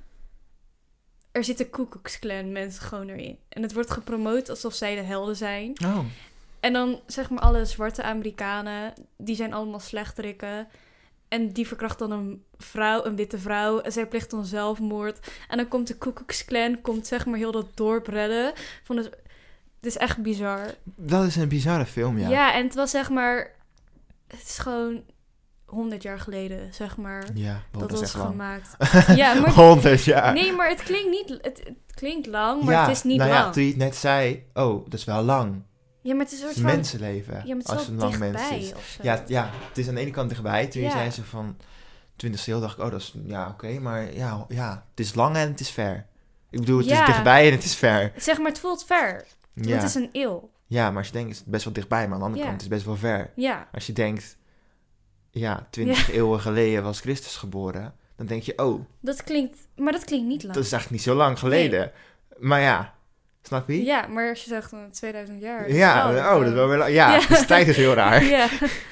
er zitten Ku Klux Klan mensen gewoon erin. En het wordt gepromoot alsof zij de helden zijn. Oh. En dan zeg maar alle zwarte Amerikanen, die zijn allemaal slechterikken. En die verkracht dan een witte vrouw. En zij pleegt dan zelfmoord. En dan komt de Ku Klux Klan, komt zeg maar heel dat dorp redden. Het is echt bizar. Dat is een bizarre film, ja. Ja, en het was zeg maar... Het is gewoon 100 jaar geleden, zeg maar. Ja, dat was gemaakt. Ja, maar 100 jaar. Nee, maar het klinkt niet... Het klinkt lang, maar het is niet lang. Ja, toen je het net zei... Oh, dat is wel lang. Ja, maar het is een soort van... Mensenleven. Ja, maar het is als wel een lang dichtbij mens is. of zo. Ja, het is aan de ene kant dichtbij. Toen je zei ze van 20e eeuw, dacht ik... Oh, dat is... Ja, oké, maar ja, het is lang en het is ver. Ik bedoel, het is dichtbij en het is ver. Zeg maar, het voelt ver. Ja. Het is een eeuw. Ja, maar als je denkt, het is best wel dichtbij. Maar aan de andere kant, het is best wel ver. Ja. Als je denkt... Ja, 20 eeuwen geleden was Christus geboren. Dan denk je, oh... dat klinkt niet lang. Dat is eigenlijk niet zo lang geleden. Nee. Maar ja, snap je? Ja, maar als je zegt 2000 jaar... Ja, dat is wel weer lang. Ja, de tijd is heel raar. Ja.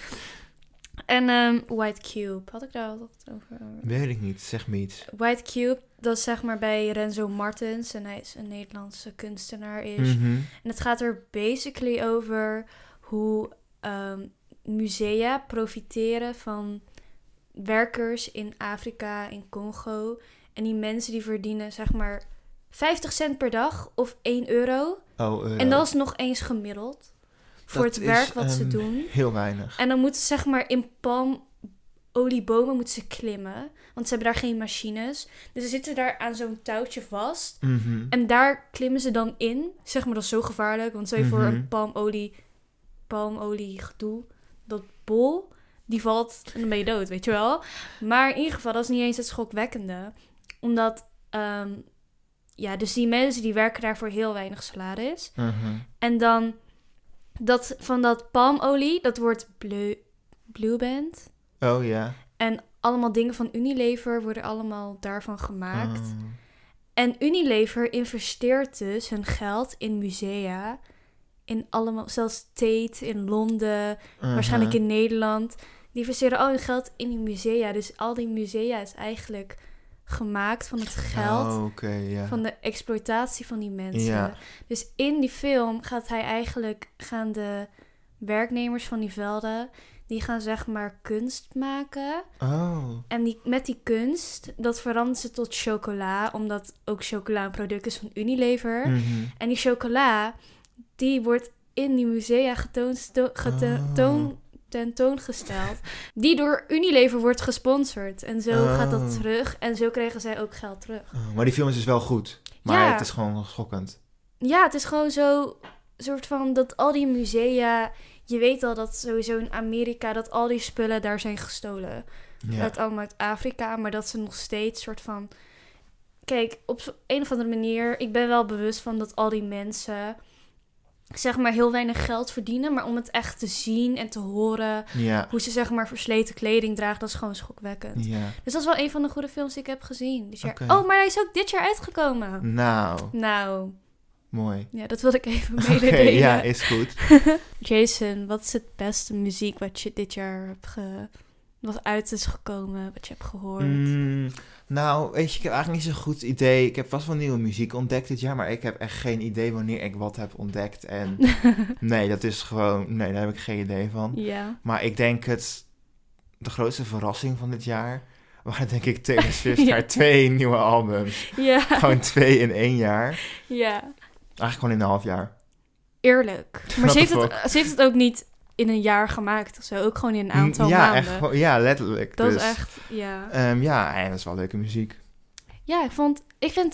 En White Cube, had ik daar al over? Weet ik niet, zeg me iets. White Cube, dat is zeg maar bij Renzo Martens. En hij is een Nederlandse kunstenaar is. Mm-hmm. En het gaat er basically over hoe... musea profiteren van werkers in Afrika, in Congo. En die mensen die verdienen zeg maar 50 cent per dag of 1 euro. Oh, en dat is nog eens gemiddeld. Voor het werk wat ze doen. Heel weinig. En dan moeten ze zeg maar in palmoliebomen moeten ze klimmen. Want ze hebben daar geen machines. Dus ze zitten daar aan zo'n touwtje vast. Mm-hmm. En daar klimmen ze dan in. Zeg maar, dat is zo gevaarlijk. Want stel je voor een palmolie gedoe. Dat bol, die valt en dan ben je dood, weet je wel. Maar in ieder geval, dat is niet eens het schokwekkende. Omdat, dus die mensen die werken daar voor heel weinig salaris. Mm-hmm. En dan, van dat palmolie, dat wordt Blue Band. Oh ja. En allemaal dingen van Unilever worden allemaal daarvan gemaakt. En Unilever investeert dus hun geld in musea... In allemaal, zelfs Tate in Londen, waarschijnlijk in Nederland. Die investeren al hun geld in die musea. Dus al die musea is eigenlijk gemaakt van het geld. Van de exploitatie van die mensen. Ja. Dus in die film gaan de werknemers van die velden... Die gaan zeg maar kunst maken. Oh. En met die kunst, dat veranderen ze tot chocola. Omdat ook chocola een product is van Unilever. Mm-hmm. En die chocola... Die wordt in die musea tentoongesteld. Die door Unilever wordt gesponsord. En zo gaat dat terug. En zo kregen zij ook geld terug. Maar die film is dus wel goed. Maar het is gewoon schokkend. Ja, het is gewoon zo... soort van dat al die musea... Je weet al dat sowieso in Amerika... dat al die spullen daar zijn gestolen. Ja. Dat allemaal uit Afrika. Maar dat ze nog steeds soort van... Kijk, op een of andere manier... Ik ben wel bewust van dat al die mensen... zeg maar heel weinig geld verdienen... maar om het echt te zien en te horen... hoe ze zeg maar versleten kleding dragen... dat is gewoon schokwekkend. Ja. Dus dat is wel een van de goede films die ik heb gezien dit jaar. Okay. Oh, maar hij is ook dit jaar uitgekomen. Nou. Mooi. Ja, dat wilde ik even mededelen. Okay, ja, is goed. Jason, wat is het beste muziek wat je dit jaar hebt wat uit is gekomen, wat je hebt gehoord? Nou, weet je, ik heb eigenlijk niet zo'n goed idee. Ik heb vast wel nieuwe muziek ontdekt dit jaar, maar ik heb echt geen idee wanneer ik wat heb ontdekt. En nee, dat is gewoon, nee, daar heb ik geen idee van. Ja. Maar ik denk de grootste verrassing van dit jaar waren denk ik Taylor Swift haar 2 nieuwe albums. Ja. Gewoon 2 in 1 jaar. Ja. Eigenlijk gewoon in een half jaar. Eerlijk. Maar ze heeft het ook niet in een jaar gemaakt of zo. Ook gewoon in een aantal maanden. Echt, letterlijk. Dat is echt, ja. En dat is wel leuke muziek. Ja, ik vind...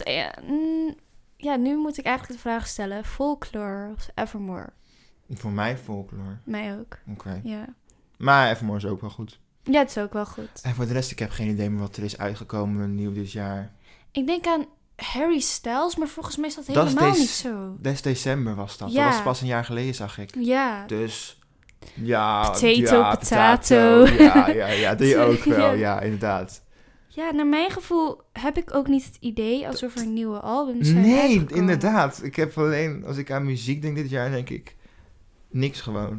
nu moet ik eigenlijk de vraag stellen. Folklore of Evermore? Voor mij Folklore. Mij ook. Oké. Ja. Maar Evermore is ook wel goed. Ja, het is ook wel goed. En voor de rest, ik heb geen idee meer wat er is uitgekomen nieuw dit jaar. Ik denk aan Harry Styles, maar volgens mij is dat helemaal niet zo. Dat is december was dat. Ja. Dat was pas een jaar geleden, zag ik. Ja. Dus... Ja, potato. Ja, die ook wel. Ja, inderdaad. Ja, naar mijn gevoel heb ik ook niet het idee alsof er nieuwe albums zijn uitgekomen. Inderdaad. Ik heb alleen, als ik aan muziek denk dit jaar, denk ik niks gewoon.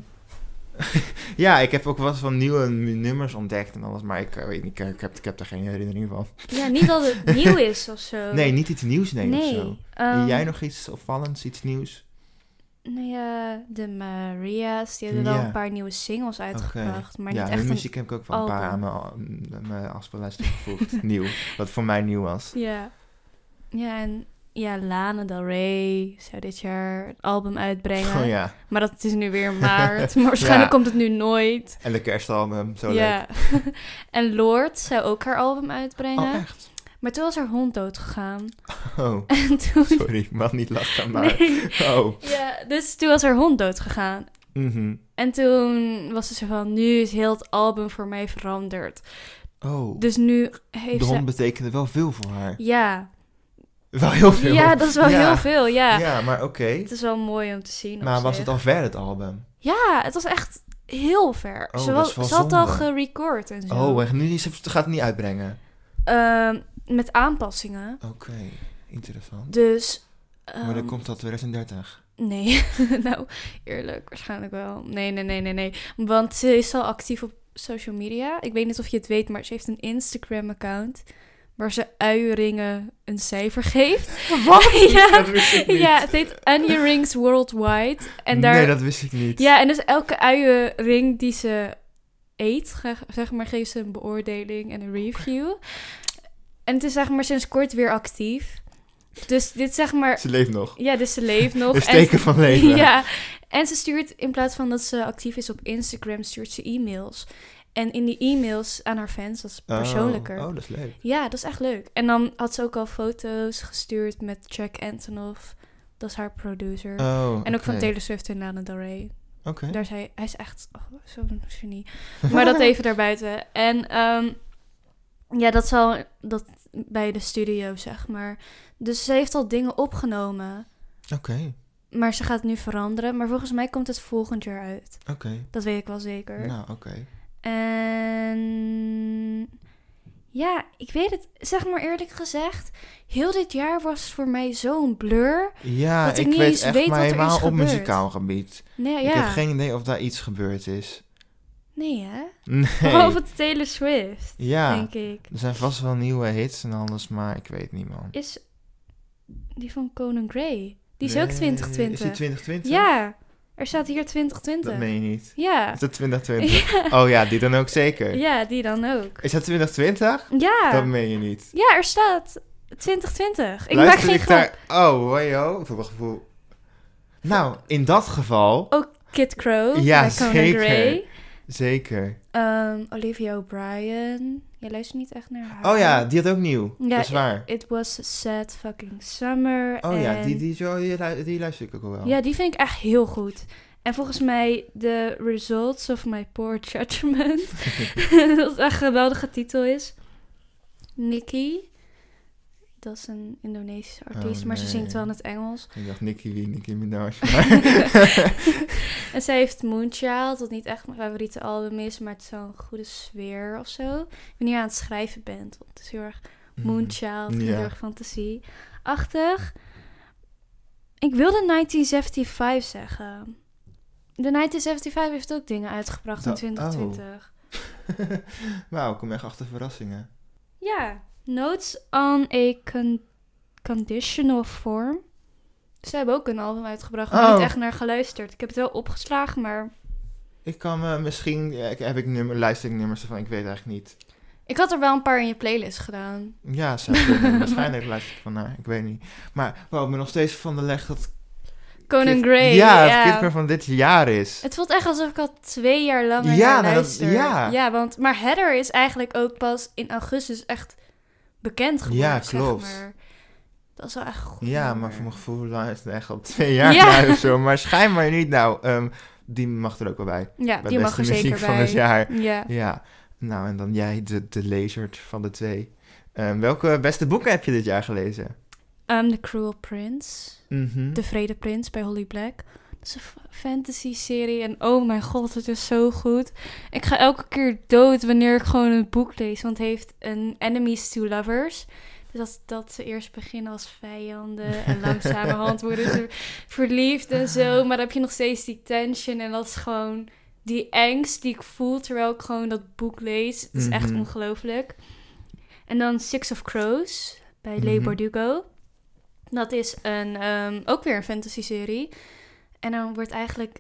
Ja, ik heb ook wat van nieuwe nummers ontdekt en alles, maar ik weet niet, ik heb daar geen herinnering van. Ja, niet dat het nieuw is of zo. Nee, niet iets nieuws of zo. Jij nog iets opvallends, iets nieuws? Nou ja, de Maria's, die hebben wel een paar nieuwe singles uitgebracht. Maar niet echt de muziek heb ik ook wel een paar aan mijn afspeellijst toegevoegd. Nieuw, wat voor mij nieuw was. Ja, en Lana Del Rey zou dit jaar een album uitbrengen. Oh ja. Maar dat is nu weer maart. Maar waarschijnlijk komt het nu nooit. En de kerstalbum, zo leuk. En Lorde zou ook haar album uitbrengen. Oh, echt? Maar toen was haar hond dood gegaan. Oh, en toen... sorry, ik mag niet lachen, maar... Nee. Oh. Ja, dus toen was haar hond dood gegaan. Mm-hmm. En toen was ze zo van, nu is heel het album voor mij veranderd. Oh. Dus nu heeft de hond betekende wel veel voor haar. Ja. Wel heel veel. Ja, dat is wel heel veel, ja. Ja, maar oké. Het is wel mooi om te zien. Maar was het al ver, het album? Ja, het was echt heel ver. Oh, ze had al gerecord en zo. Oh, echt? Nu gaat het niet uitbrengen? Met aanpassingen. Oké, interessant. Dus... maar dan komt dat 2030? Nee, nou, eerlijk, waarschijnlijk wel. Nee. Want ze is al actief op social media. Ik weet niet of je het weet, maar ze heeft een Instagram-account... waar ze uienringen een cijfer geeft. Wat? Ja, dat wist ik niet. Ja, het heet Onion Rings Worldwide. En nee, dat wist ik niet. Ja, en dus elke uienring die ze eet, zeg maar, geeft ze een beoordeling en een review. En het is zeg maar sinds kort weer actief. Dus dit zeg maar... Ze leeft nog. Ja, dus ze leeft nog. Een teken van leven. Ja, en ze stuurt in plaats van dat ze actief is op Instagram, stuurt ze e-mails. En in die e-mails aan haar fans, dat is persoonlijker. Oh, dat is leuk. Ja, dat is echt leuk. En dan had ze ook al foto's gestuurd met Jack Antonoff. Dat is haar producer. Oh, en ook van Taylor Swift en Lana Del Rey. Oké. Daar hij is echt zo'n genie. Maar dat even daarbuiten. En dat zal bij de studio, zeg maar. Dus ze heeft al dingen opgenomen. Oké. Maar ze gaat het nu veranderen. Maar volgens mij komt het volgend jaar uit. Oké. Dat weet ik wel zeker. Nou, oké. En ja, ik weet het, zeg maar eerlijk gezegd, heel dit jaar was voor mij zo'n blur. Ja, dat ik niet weet echt weet maar wat helemaal op muzikaal gebied. Nee, ik heb geen idee of daar iets gebeurd is. Nee, hè? Nee. Behalve Taylor Swift, ja, denk ik. Er zijn vast wel nieuwe hits en alles, maar ik weet niet, man. Is die van Conan Gray? Die is ook 2020. Is die 2020? Ja. Er staat hier 2020. Dat meen je niet. Ja. Is dat 2020? Ja. Oh ja, die dan ook zeker. Ja, die dan ook. Is dat 2020? Ja. Dat meen je niet. Ja, er staat 2020. Ik luister maak geen grap. Oh, wajo. Ik heb een gevoel. Nou, in dat geval... Ook Kid Crow. Ja, bij Conan zeker. Gray. Zeker. Olivia O'Brien. Je luistert niet echt naar haar. Oh ja, die had ook nieuw. Ja, dat is waar. It was a sad fucking summer. Oh ja, die luister ik ook wel. Ja, die vind ik echt heel goed. En volgens mij The Results of My Poor Judgment. Dat is echt een geweldige titel is. Nikki. Dat is een Indonesische artiest, maar ze zingt wel in het Engels. Ik dacht Nicki Minaj. En zij heeft Moonchild, wat niet echt mijn favoriete album is, maar het is wel een goede sfeer of zo. Wanneer je aan het schrijven bent, want het is heel erg Moonchild, heel erg fantasieachtig. Ik wilde 1975 zeggen. De 1975 heeft ook dingen uitgebracht in 2020. Wauw, ik kom echt achter verrassingen. Ja, Notes on a Conditional Form. Ze hebben ook een album uitgebracht, maar niet echt naar geluisterd. Ik heb het wel opgeslagen, maar... Ik kan misschien... luister ik nummers ervan, ik weet eigenlijk niet. Ik had er wel een paar in je playlist gedaan. Ja, waarschijnlijk luister ik van naar, ik weet niet. Maar ik ben nog steeds van de leg dat... Conan Gray. Ja, het Kid van dit jaar is. Het voelt echt alsof ik al 2 jaar lang luister. Maar Heather is eigenlijk ook pas in augustus echt bekend geworden. Ja, klopt. Zeg maar. Dat is wel echt goed. Ja, maar voor mijn gevoel luistert het echt al 2 jaar of zo. Maar schijnbaar niet. Nou, die mag er ook wel bij. Ja, die mag er zeker bij. Van het jaar. Ja. Nou, en dan jij, de lezer van de 2. Welke beste boeken heb je dit jaar gelezen? The Cruel Prince. De Vrede Prins bij Holly Black. Dat is een fantasy-serie. En oh mijn god, het is zo goed. Ik ga elke keer dood wanneer ik gewoon een boek lees. Want het heeft een enemies to lovers. Dus dat ze eerst beginnen als vijanden. En langzamerhand worden ze verliefd en zo. Maar dan heb je nog steeds die tension. En dat is gewoon die angst die ik voel terwijl ik gewoon dat boek lees. Het is echt ongelooflijk. En dan Six of Crows bij Leigh Bardugo. Dat is ook weer een fantasy-serie. En dan wordt eigenlijk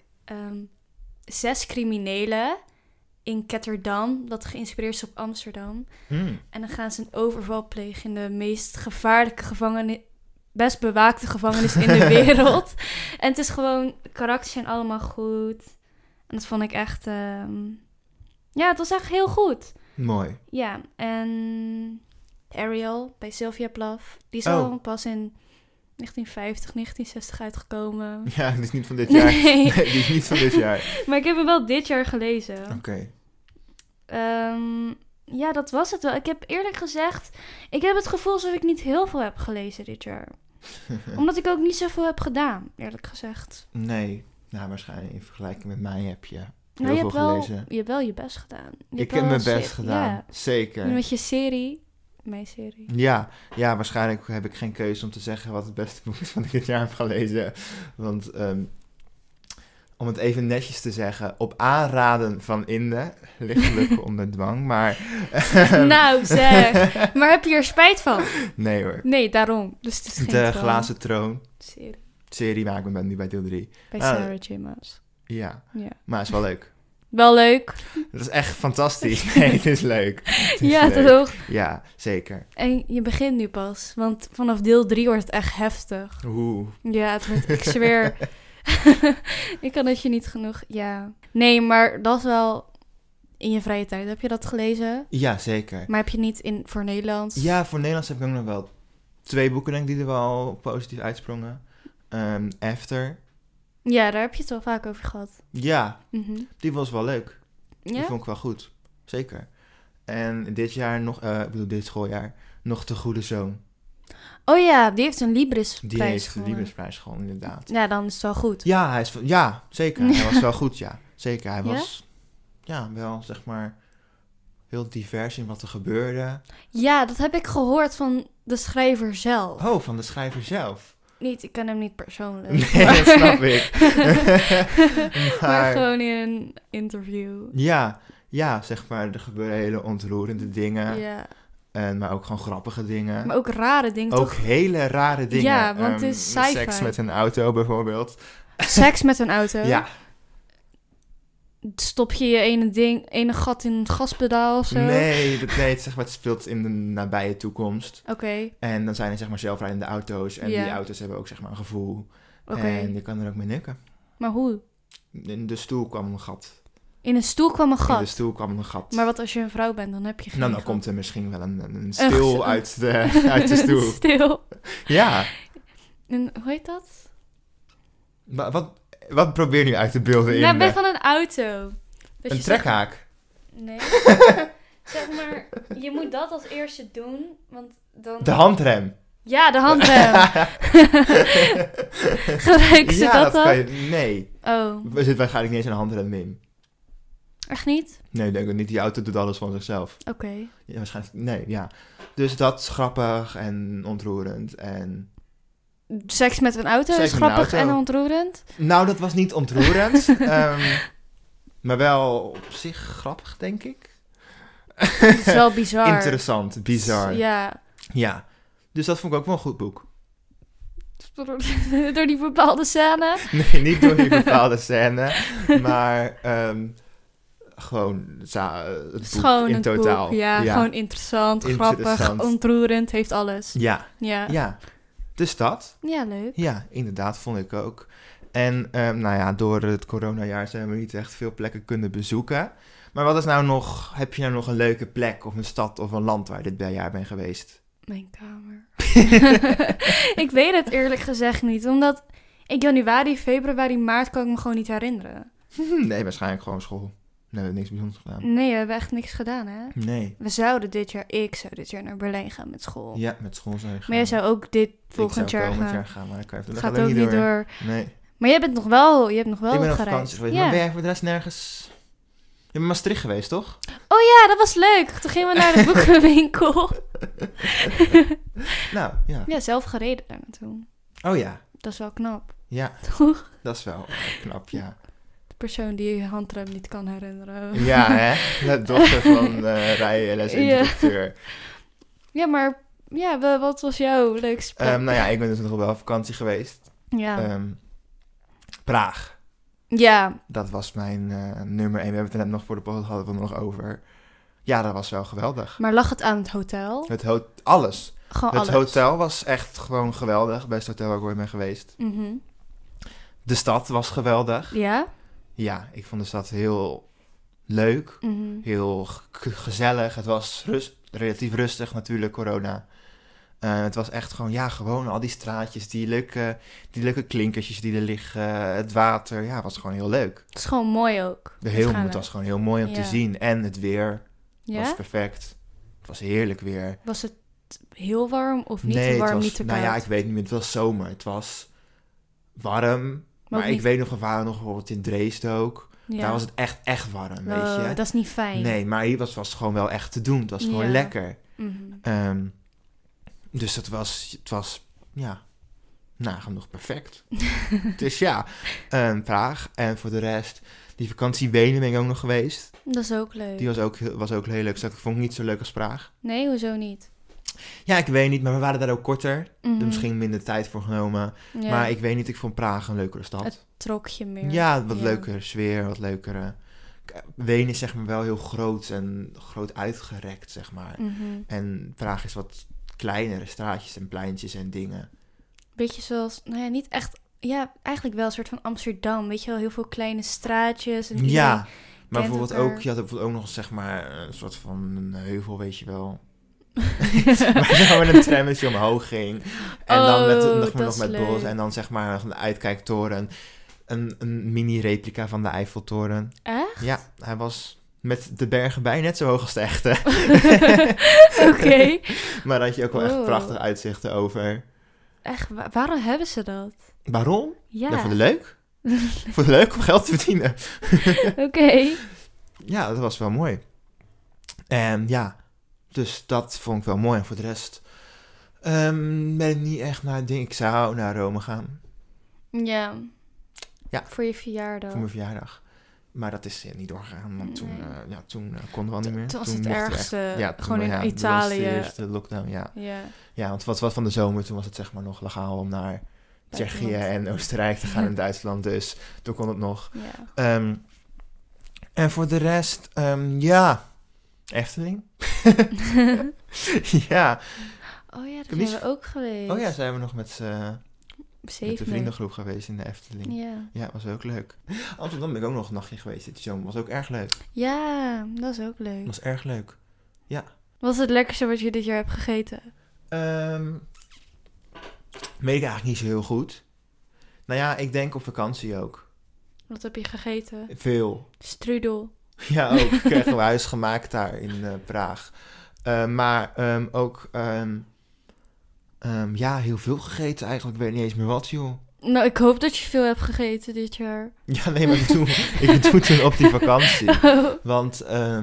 6 criminelen in Ketterdam, dat geïnspireerd is op Amsterdam. En dan gaan ze een overval plegen in de meest gevaarlijke gevangenis, best bewaakte gevangenis in de wereld. En het is gewoon, de karakters zijn allemaal goed. En dat vond ik echt, het was echt heel goed. Mooi. Ja, en Ariel bij Sylvia Plath, die is al pas in 1950, 1960 uitgekomen. Ja, die is niet van dit jaar. Nee, die is niet van dit jaar. Maar ik heb hem wel dit jaar gelezen. Oké. Ja, dat was het wel. Ik heb eerlijk gezegd, ik heb het gevoel alsof ik niet heel veel heb gelezen dit jaar. Omdat ik ook niet zoveel heb gedaan, eerlijk gezegd. Nee, nou waarschijnlijk in vergelijking met mij heb je heel veel gelezen. Je hebt wel je best gedaan. Ik heb mijn best gedaan, zeker. Met je serie... Mijn serie. Ja, waarschijnlijk heb ik geen keuze om te zeggen wat het beste boek is wat ik dit jaar heb gelezen. Want om het even netjes te zeggen, op aanraden van Inde, lichtelijk onder dwang, maar... Nou zeg, maar heb je er spijt van? Nee hoor. Nee, daarom. Dus het is geen De Glazen Troon. Serie, maar ik ben nu bij deel 3. Bij Sarah J. Maas. Ja, maar het is wel leuk. Wel leuk. Dat is echt fantastisch. Nee, het is leuk. Toch? Ja, zeker. En je begint nu pas, want vanaf deel 3 wordt het echt heftig. Oeh. Ja, het wordt, ik zweer. Ik kan het je niet genoeg, ja. Nee, maar dat is wel in je vrije tijd. Heb je dat gelezen? Ja, zeker. Maar heb je niet voor Nederlands? Ja, voor Nederlands heb ik ook nog wel 2 boeken, denk ik, die er wel positief uitsprongen. After... Ja, daar heb je het wel vaak over gehad. Ja, die was wel leuk. Ja? Die vond ik wel goed. Zeker. En dit jaar nog, dit schooljaar, nog De Goede Zoon. Oh ja, die heeft een Librisprijs Die heeft een Librisprijs gewonnen, inderdaad. Ja, dan is het wel goed. Ja, zeker. Hij was wel goed, ja. Zeker. Hij was, wel, zeg maar, heel divers in wat er gebeurde. Ja, dat heb ik gehoord van de schrijver zelf. Oh, van de schrijver zelf. Ik ken hem niet persoonlijk. Nee, dat snap ik. maar gewoon in een interview. Ja, zeg maar, er gebeuren hele ontroerende dingen. Ja. Maar ook gewoon grappige dingen. Maar ook rare dingen, ook toch? Hele rare dingen. Ja, want het is sci-fi. Seks met een auto, bijvoorbeeld. Seks met een auto? Ja. Stop je je ene gat in een gaspedaal of zo? Nee, zeg maar, het speelt in de nabije toekomst. Oké. En dan zijn er zeg maar zelfrijdende auto's. En die auto's hebben ook zeg maar een gevoel. En je kan er ook mee nukken. Maar hoe? In de stoel kwam een gat. In een stoel kwam een gat. In de stoel kwam een gat. Maar wat als je een vrouw bent, dan heb je geen Nou, dan gat. komt er misschien wel een stil uit de stoel. Stil. Ja. En, hoe heet dat? Wat probeer je nu uit te beelden in? Nou, ben van een auto. Dus een trekhaak? Nee. Zeg maar, je moet dat als eerste doen, want dan... De handrem. Ja, de handrem. Gebruiken ze dat dan? Kan je... Nee. Oh. Er zit waarschijnlijk niet eens een handrem in. Echt niet? Nee, ik denk het niet. Die auto doet alles van zichzelf. Oké. Ja, waarschijnlijk... Nee, ja. Dus dat is grappig en ontroerend en... Seks met een auto is grappig en ontroerend? Nou, dat was niet ontroerend. Maar wel op zich grappig, denk ik. Het is wel bizar. Interessant, bizar. Ja. Ja. Dus dat vond ik ook wel een goed boek. Door die bepaalde scène? Nee, niet door die bepaalde scène. Maar gewoon het boek in totaal. Boek, ja, gewoon interessant, grappig, ontroerend, heeft alles. Ja. Dus dat. Ja, leuk. Ja, inderdaad, vond ik ook. En nou ja, door het coronajaar zijn we niet echt veel plekken kunnen bezoeken. Maar wat is nou nog, heb je nou nog een leuke plek of een stad of een land waar je dit jaar bent geweest? Mijn kamer. Ik weet het eerlijk gezegd niet, omdat in januari, februari, maart kan ik me gewoon niet herinneren. Nee, waarschijnlijk gewoon school. Nee, we hebben niks bijzonders gedaan. Nee, we hebben echt niks gedaan, hè? Nee. Ik zou dit jaar naar Berlijn gaan met school. Ja, met school zou je gaan. Maar jij zou ook volgend jaar gaan, maar dat kan je even gaat ook niet door. Nee. Maar jij bent nog wel, je hebt nog wel ik ben op gereisd. vakantie geweest, ja. maar ben jij voor de rest nergens... Je bent in Maastricht geweest, toch? Oh ja, dat was leuk. Toen gingen we naar de boekenwinkel. Nou, ja. Ja, zelf gereden daar naartoe. Oh ja. Dat is wel knap. Ja, toch? Dat is wel knap, ja. De persoon die je handrem niet kan herinneren. Ja, hè? De dochter van rijlesinstructeur. Ja, maar ja, wat was jouw leukste plek? Nou ja, ik ben dus nog wel op vakantie geweest. Ja. Praag. Ja. Dat was mijn nummer 1. We hebben het er net nog voor de podcast hadden we het nog over. Ja, dat was wel geweldig. Maar lag het aan het hotel? Alles. Gewoon het alles. hotel was echt gewoon geweldig. Beste hotel waar ik ooit ben geweest. Mm-hmm. De stad was geweldig. Ja? Ja, ik vond de stad heel leuk. Mm-hmm. Heel gezellig. Het was relatief rustig natuurlijk, corona. Het was echt gewoon, gewoon al die straatjes, die leuke klinkertjes die er liggen, het water. Ja, het was gewoon heel leuk. Het is gewoon mooi ook. Het was gewoon heel mooi om te zien. En het weer was perfect. Het was heerlijk weer. Was het heel warm of niet te warm, niet te koud? Nou ja, ik weet niet meer. Het was zomer. Het was warm. Maar ik weet nog, we waren nog bijvoorbeeld in Dresden ook. Ja. Daar was het echt warm, weet je. Dat is niet fijn. Nee, maar hier was het gewoon wel echt te doen. Het was gewoon lekker. Mm-hmm. Dus het was nagenoeg perfect. Dus ja, Praag. En voor de rest, die vakantie Wenen ben ik ook nog geweest. Dat is ook leuk. Die was ook heel leuk. Dus dat vond ik niet zo leuk als Praag. Nee, hoezo niet? Ja, ik weet niet, maar we waren daar ook korter. Mm-hmm. Er misschien minder tijd voor genomen. Ja. Maar ik weet niet, ik vond Praag een leukere stad. Het trok je meer. Ja, wat leukere sfeer, wat leukere... Wenen is zeg maar wel heel groot en groot uitgerekt, zeg maar. Mm-hmm. En Praag is wat kleinere straatjes en pleintjes en dingen. Beetje zoals, nou ja, niet echt... Ja, eigenlijk wel een soort van Amsterdam. Weet je wel, heel veel kleine straatjes. En ja, maar bijvoorbeeld ook... Je had bijvoorbeeld ook nog zeg maar een soort van een heuvel, weet je wel. Waar je met een trammetje omhoog ging. En dan nog met bos. En dan zeg maar een uitkijktoren. Een mini-replica van de Eiffeltoren. Echt? Ja, hij was met de bergen bij net zo hoog als de echte. Oké. Maar had je ook wel echt prachtig uitzichten over. Echt, waarom hebben ze dat? Waarom? Ja. Nou, voor de leuk. Voor de leuk om geld te verdienen. Oké. Ja, dat was wel mooi. En ja, dus dat vond ik wel mooi. En voor de rest ben ik niet echt naar het ding. Ik zou naar Rome gaan. Ja. Ja. Voor je verjaardag. Voor mijn verjaardag. Maar dat is niet doorgegaan, want toen konden we al niet meer. Toen was het ergste, gewoon in Italië. Dat was de eerste lockdown, ja. Ja, want wat van de zomer, toen was het zeg maar nog legaal om naar Tsjechië en Oostenrijk te gaan in Duitsland. Dus toen kon het nog. Ja. En voor de rest, Efteling. Ja. Oh ja, dat zijn we ook geweest. Oh ja, zijn we nog met met de vriendengroep geweest in de Efteling. Ja. Ja, was ook leuk. Amsterdam ben ik ook nog een nachtje geweest dit zomer. Was ook erg leuk. Ja, dat is ook leuk. Was erg leuk. Ja. Wat is het lekkerste wat je dit jaar hebt gegeten? Weet ik eigenlijk niet zo heel goed. Nou ja, ik denk op vakantie ook. Wat heb je gegeten? Veel. Strudel. Ja, ook. Kregen we huisgemaakt daar in Praag. Maar ook... ja, heel veel gegeten eigenlijk. Ik weet niet eens meer wat, joh. Nou, ik hoop dat je veel hebt gegeten dit jaar. Ja, nee, maar ik doe toen op die vakantie. Oh. Want,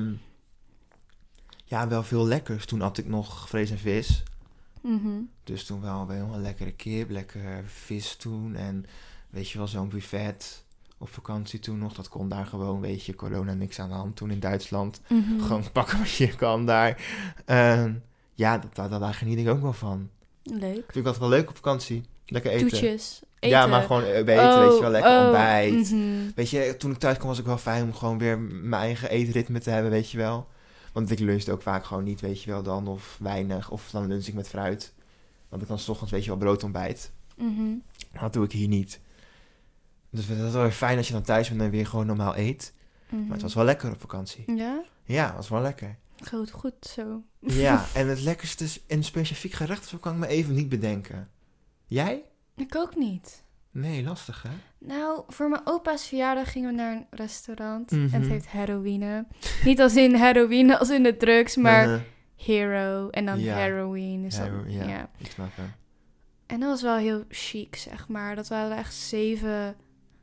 ja, wel veel lekkers. Toen had ik nog vlees en vis. Mm-hmm. Dus toen wel een lekkere kip, lekker vis toen. En weet je wel, zo'n buffet op vakantie toen nog. Dat kon daar gewoon, weet je, corona niks aan de hand toen in Duitsland. Mm-hmm. Gewoon pakken wat je kan daar. Ja, daar geniet ik ook wel van. Leuk. Vind ik dat wel leuk op vakantie. Lekker eten. Toetjes. Eten. Ja, maar gewoon eten, weet je wel, lekker ontbijt. Mm-hmm. Weet je, toen ik thuis kwam was ik wel fijn om gewoon weer mijn eigen eetritme te hebben, weet je wel. Want ik lunchte ook vaak gewoon niet, weet je wel, dan of weinig. Of dan lunch ik met fruit. Want ik dan 's ochtends, weet je wel, brood ontbijt. Mm-hmm. Dat doe ik hier niet. Dus dat is wel weer fijn als je dan thuis bent en weer gewoon normaal eet. Mm-hmm. Maar het was wel lekker op vakantie. Ja? Ja, het was wel lekker. Goed zo. Ja, en het lekkerste in specifiek gerecht, zo kan ik me even niet bedenken. Jij? Ik ook niet. Nee, lastig hè? Nou, voor mijn opa's verjaardag gingen we naar een restaurant. Mhm. En het heet heroïne. Niet als in heroïne, als in de drugs, maar hero en dan Ja. heroïne. Dus Ja, ik snap hem. En dat was wel heel chic, zeg maar. Dat waren echt 7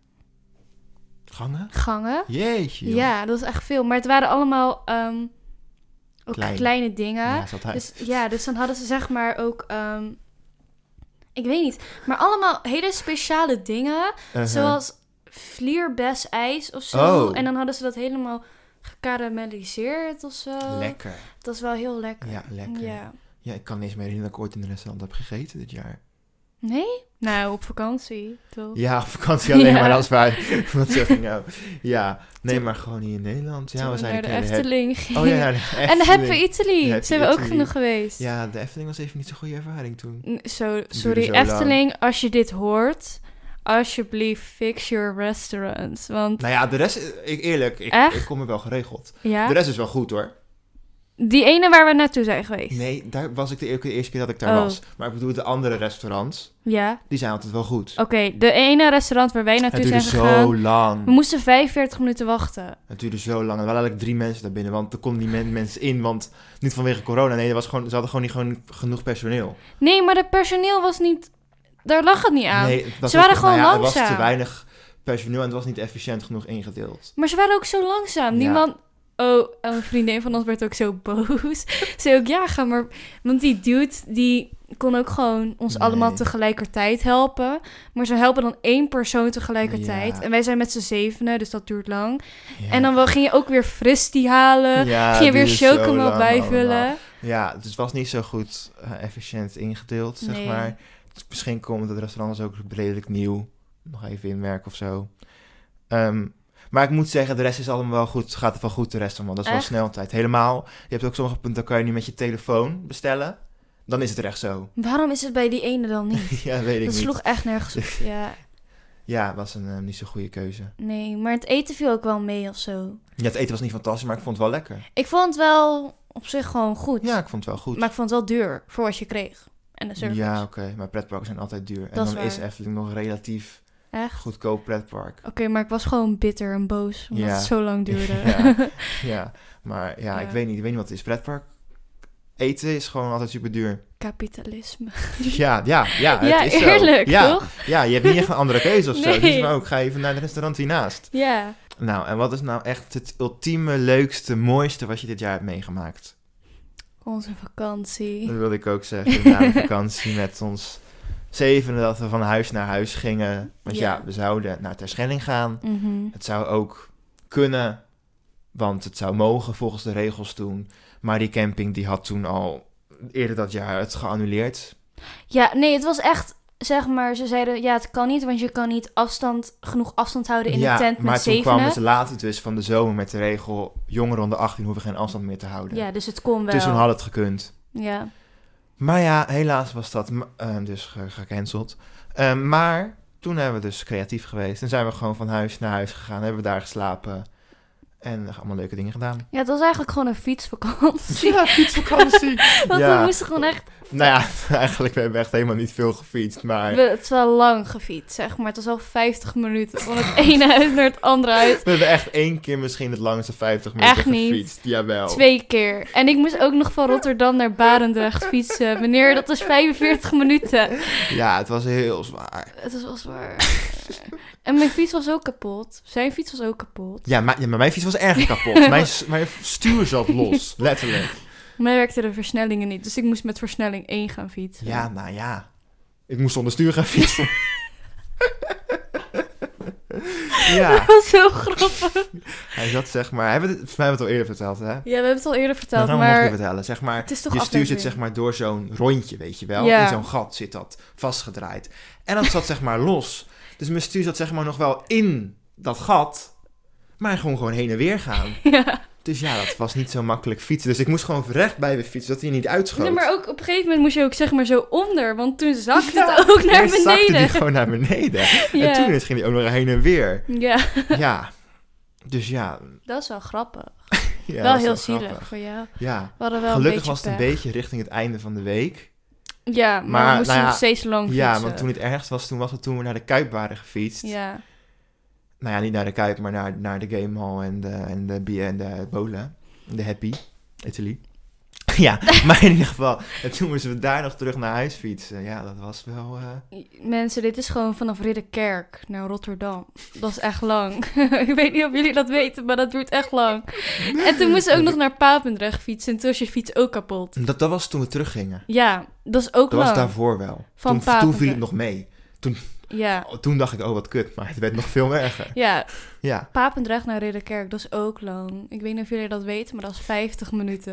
Gangen? gangen. Jeetje. Joh. Ja, dat was echt veel. Maar het waren allemaal ook Klein. kleine dingen. Ja, zat hij. Dus dan hadden ze zeg maar ook... ik weet niet. Maar allemaal hele speciale dingen. Zoals vlierbesijs of zo. Oh. En dan hadden ze dat helemaal gekarameliseerd of zo. Lekker. Dat is wel heel lekker. Ja, lekker. Ja. Ja, ik kan niet eens meer herinneren dat ik ooit in een restaurant heb gegeten dit jaar. Nee? Nou, op vakantie, toch? Ja, op vakantie alleen Ja. maar, dat is waar. Wat zeg ik nou? Ja, nee, maar gewoon hier in Nederland. Ja, Toen we we zijn naar de een keer Efteling Oh gingen. ja, naar de Efteling. En de Happy Italy. De Happy Zijn we ook Italy. genoeg geweest. Ja, de Efteling was even niet zo'n goede ervaring toen. Sorry, zo Efteling, als je dit hoort, alsjeblieft fix your restaurants. Want Nou ja, de rest, ik Echt? kom er wel geregeld. ja, De rest is wel goed hoor. die ene waar we naartoe zijn geweest. Nee, daar was ik de eerste keer dat ik daar Oh. was. Maar ik bedoel, de andere restaurants, Ja, die zijn altijd wel goed. oké. De ene restaurant waar wij Het naartoe duurde zijn gegaan, zo lang. we moesten 45 minuten wachten. Het duurde zo lang. Er waren eigenlijk 3 mensen daar binnen, want er konden niet mensen in, want niet vanwege corona. Nee, ze hadden gewoon niet genoeg personeel. Nee, maar het personeel was niet... Daar lag het niet aan. Nee, het was Ze waren gewoon Er was langzaam. te weinig personeel en het was niet efficiënt genoeg ingedeeld. Maar ze waren ook zo langzaam. Die Ja. man... Oh, een vriendin van ons werd ook zo boos. Ze zei ook, ja, ga maar... Want die dude, die kon ook gewoon ons Nee. allemaal tegelijkertijd helpen. Maar ze helpen dan 1 persoon tegelijkertijd. Ja. En wij zijn met z'n 7, dus dat duurt lang. Ja. En dan ging je ook weer fristie halen. Ja, Ging je weer duurde zo chocomel lang bijvullen. allemaal. Ja, dus het was niet zo goed efficiënt ingedeeld, zeg Nee. maar. Dus misschien komt het restaurant is ook redelijk nieuw. Nog even inwerken of zo. Maar ik moet zeggen, de rest is allemaal wel goed. Gaat het wel goed, de rest allemaal. Dat is wel Echt? snelheid. Helemaal. Je hebt ook sommige punten, dan kan je nu met je telefoon bestellen. Dan is het er echt zo. Waarom is het bij die ene dan niet? Ja, weet ik Dat niet. sloeg echt nergens op. Ja, Ja, het was een niet zo goede keuze. nee. Maar het eten viel ook wel mee of zo. Ja, het eten was niet fantastisch, maar ik vond het wel lekker. Ik vond het wel op zich gewoon goed. Ja, ik vond het wel goed. Maar ik vond het wel duur voor wat je kreeg. En de service. Ja, oké. Maar pretparken zijn altijd duur. En Dat is dan is waar. Efteling nog een relatief Echt? goedkoop pretpark. Oké, maar ik was gewoon bitter en boos. Omdat Ja. het zo lang duurde. Ja. Ja, maar ja, Ja. ik weet niet wat het is. Pretpark eten is gewoon altijd super duur. Kapitalisme. Ja, het Ja, is zo. eerlijk, Ja. toch? Ja, je hebt niet echt een andere keuze of zo. Nee. Dus maar ook, ga even naar het restaurant hiernaast. Ja. Nou, en wat is nou echt het ultieme, leukste, mooiste wat je dit jaar hebt meegemaakt? Onze vakantie. Dat wilde ik ook zeggen. Na de vakantie met ons 7 dat we van huis naar huis gingen. Want ja, we zouden naar Terschelling gaan. Mhm. Het zou ook kunnen, want het zou mogen volgens de regels toen. Maar die camping die had toen al eerder dat jaar het geannuleerd. Ja, nee, het was echt, zeg maar, ze zeiden, ja, het kan niet, want je kan niet genoeg afstand houden in de tent maar met toen 7. kwamen ze later dus van de zomer met de regel... jongeren onder 18 hoeven geen afstand meer te houden. Ja, dus het kon wel. Dus toen had het gekund. Ja. Maar ja, helaas was dat dus gecanceld. Maar toen hebben we dus creatief geweest. En zijn we gewoon van huis naar huis gegaan. Hebben we daar geslapen. En allemaal leuke dingen gedaan. Ja, het was eigenlijk gewoon een fietsvakantie. Ja, fietsvakantie. Want we moesten gewoon echt... Nou ja, eigenlijk hebben we echt helemaal niet veel gefietst, maar... Het is wel lang gefietst, zeg maar. Het was al 50 minuten van het ene huis naar het andere huis. We hebben echt 1 keer misschien het langste 50 minuten echt gefietst. Niet. Jawel. 2 keer. En ik moest ook nog van Rotterdam naar Barendrecht fietsen. Meneer, dat is 45 minuten. Ja, het was heel zwaar. Het was wel zwaar. En mijn fiets was ook kapot. Zijn fiets was ook kapot. Ja, maar mijn fiets was erg kapot. Mijn stuur zat los, letterlijk. Mij werkten de versnellingen niet, dus ik moest met versnelling 1 gaan fietsen. Ja, nou ja. Ik moest zonder stuur gaan fietsen. Ja. Dat was zo grappig. Hij zat zeg maar... Volgens mij hebben we het al eerder verteld, hè? Ja, we hebben het al eerder verteld, maar... maar... nog even vertellen. Zeg maar, het is toch je stuur zit zeg maar door zo'n rondje, weet je wel? Ja. In zo'n gat zit dat vastgedraaid. En dat zat zeg maar los. Dus mijn stuur zat zeg maar nog wel in dat gat... Maar gewoon heen en weer gaan. Ja. Dus ja, dat was niet zo makkelijk fietsen. Dus ik moest gewoon recht blijven fietsen, dat hij niet uitschoot. Nee, maar ook op een gegeven moment moest je ook zeg maar zo onder. Want toen zakte het ook naar beneden. zakte die gewoon naar beneden. Ja. En toen ging hij ook nog heen en weer. Ja. Ja. Dus ja. Dat is wel grappig. Ja, wel heel zielig voor jou. Ja. We hadden wel gelukkig was het een beetje richting het einde van de week. Ja, maar we moesten nog steeds lang fietsen. Ja, want toen het ergst was, toen we naar de Kuip waren gefietst. Ja. Nou ja, niet naar de Kuip, maar naar de Game Hall en de Bola. De Happy, Italy. Ja, maar in ieder geval. En toen moesten we daar nog terug naar huis fietsen. Ja, dat was wel... Mensen, dit is gewoon vanaf Ridderkerk naar Rotterdam. Dat is echt lang. Ik weet niet of jullie dat weten, maar dat duurt echt lang. En toen moesten we ook nog naar Papendrecht fietsen. En toen was je fiets ook kapot. Dat was toen we teruggingen. Ja, dat is ook lang. Dat was daarvoor wel. Toen viel het nog mee. Toen dacht ik, oh wat kut, maar het werd nog veel erger. Ja. Papendrecht naar Ridderkerk, dat is ook lang. Ik weet niet of jullie dat weten, maar dat is 50 minuten.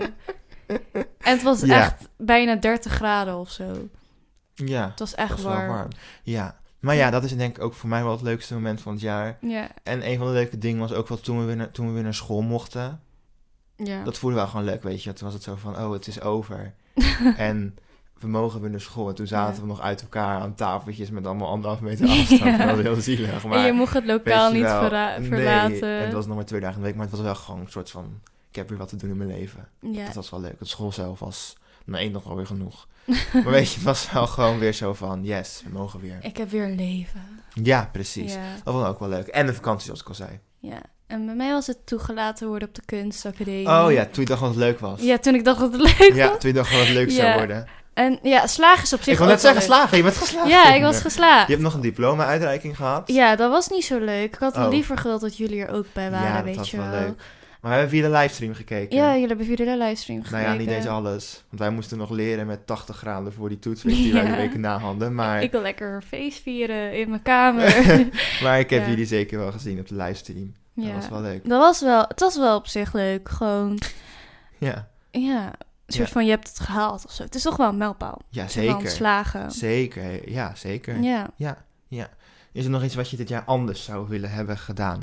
En het was echt bijna 30 graden of zo. Ja. Het was echt warm. Ja. Maar ja, dat is denk ik ook voor mij wel het leukste moment van het jaar. Ja. En een van de leuke dingen was ook wel toen we weer naar school mochten. Ja. Dat voelde wel gewoon leuk, weet je. Toen was het zo van, oh, het is over. En... we mogen weer naar school. En toen zaten we nog uit elkaar aan tafeltjes met allemaal 1,5 meter afstand. Dat was heel zielig. Maar, en je mocht het lokaal niet verlaten. Nee, en het was nog maar 2 dagen in de week. Maar het was wel gewoon een soort van... ik heb weer wat te doen in mijn leven. Ja. Dat was wel leuk. Het school zelf was... één nog wel weer genoeg. Maar weet je, het was wel gewoon weer zo van... yes, we mogen weer. Ik heb weer een leven. Ja, precies. Ja. Dat was ook wel leuk. En de vakantie, zoals ik al zei. Ja. En bij mij was het toegelaten worden op de kunstacademie. Oh ja, toen je dacht dat het leuk was. Ja, toen ik dacht dat het leuk was. Ja, toen je dacht dat het leuk zou worden. En ja, slagen is op zich. Ik wil net zeggen slagen, je bent geslaagd. Ja, ik was geslaagd. Je hebt nog een diploma-uitreiking gehad. Ja, dat was niet zo leuk. Ik had liever gewild dat jullie er ook bij waren, weet je wel. Ja, dat was wel leuk. Maar we hebben via de livestream gekeken. Ja, jullie hebben via de livestream gekeken. Nou ja, niet eens alles. Want wij moesten nog leren met 80 graden voor die toetsweek die wij de weken na hadden. Maar... ik wil lekker een feest vieren in mijn kamer. Maar ik heb jullie zeker wel gezien op de livestream. Dat was wel leuk. Het was wel op zich leuk, gewoon. Ja. Ja. Een soort van, je hebt het gehaald of zo. Het is toch wel een mijlpaal. Ja, zeker. Slagen. Zeker, ja, zeker. Ja. Is er nog iets wat je dit jaar anders zou willen hebben gedaan?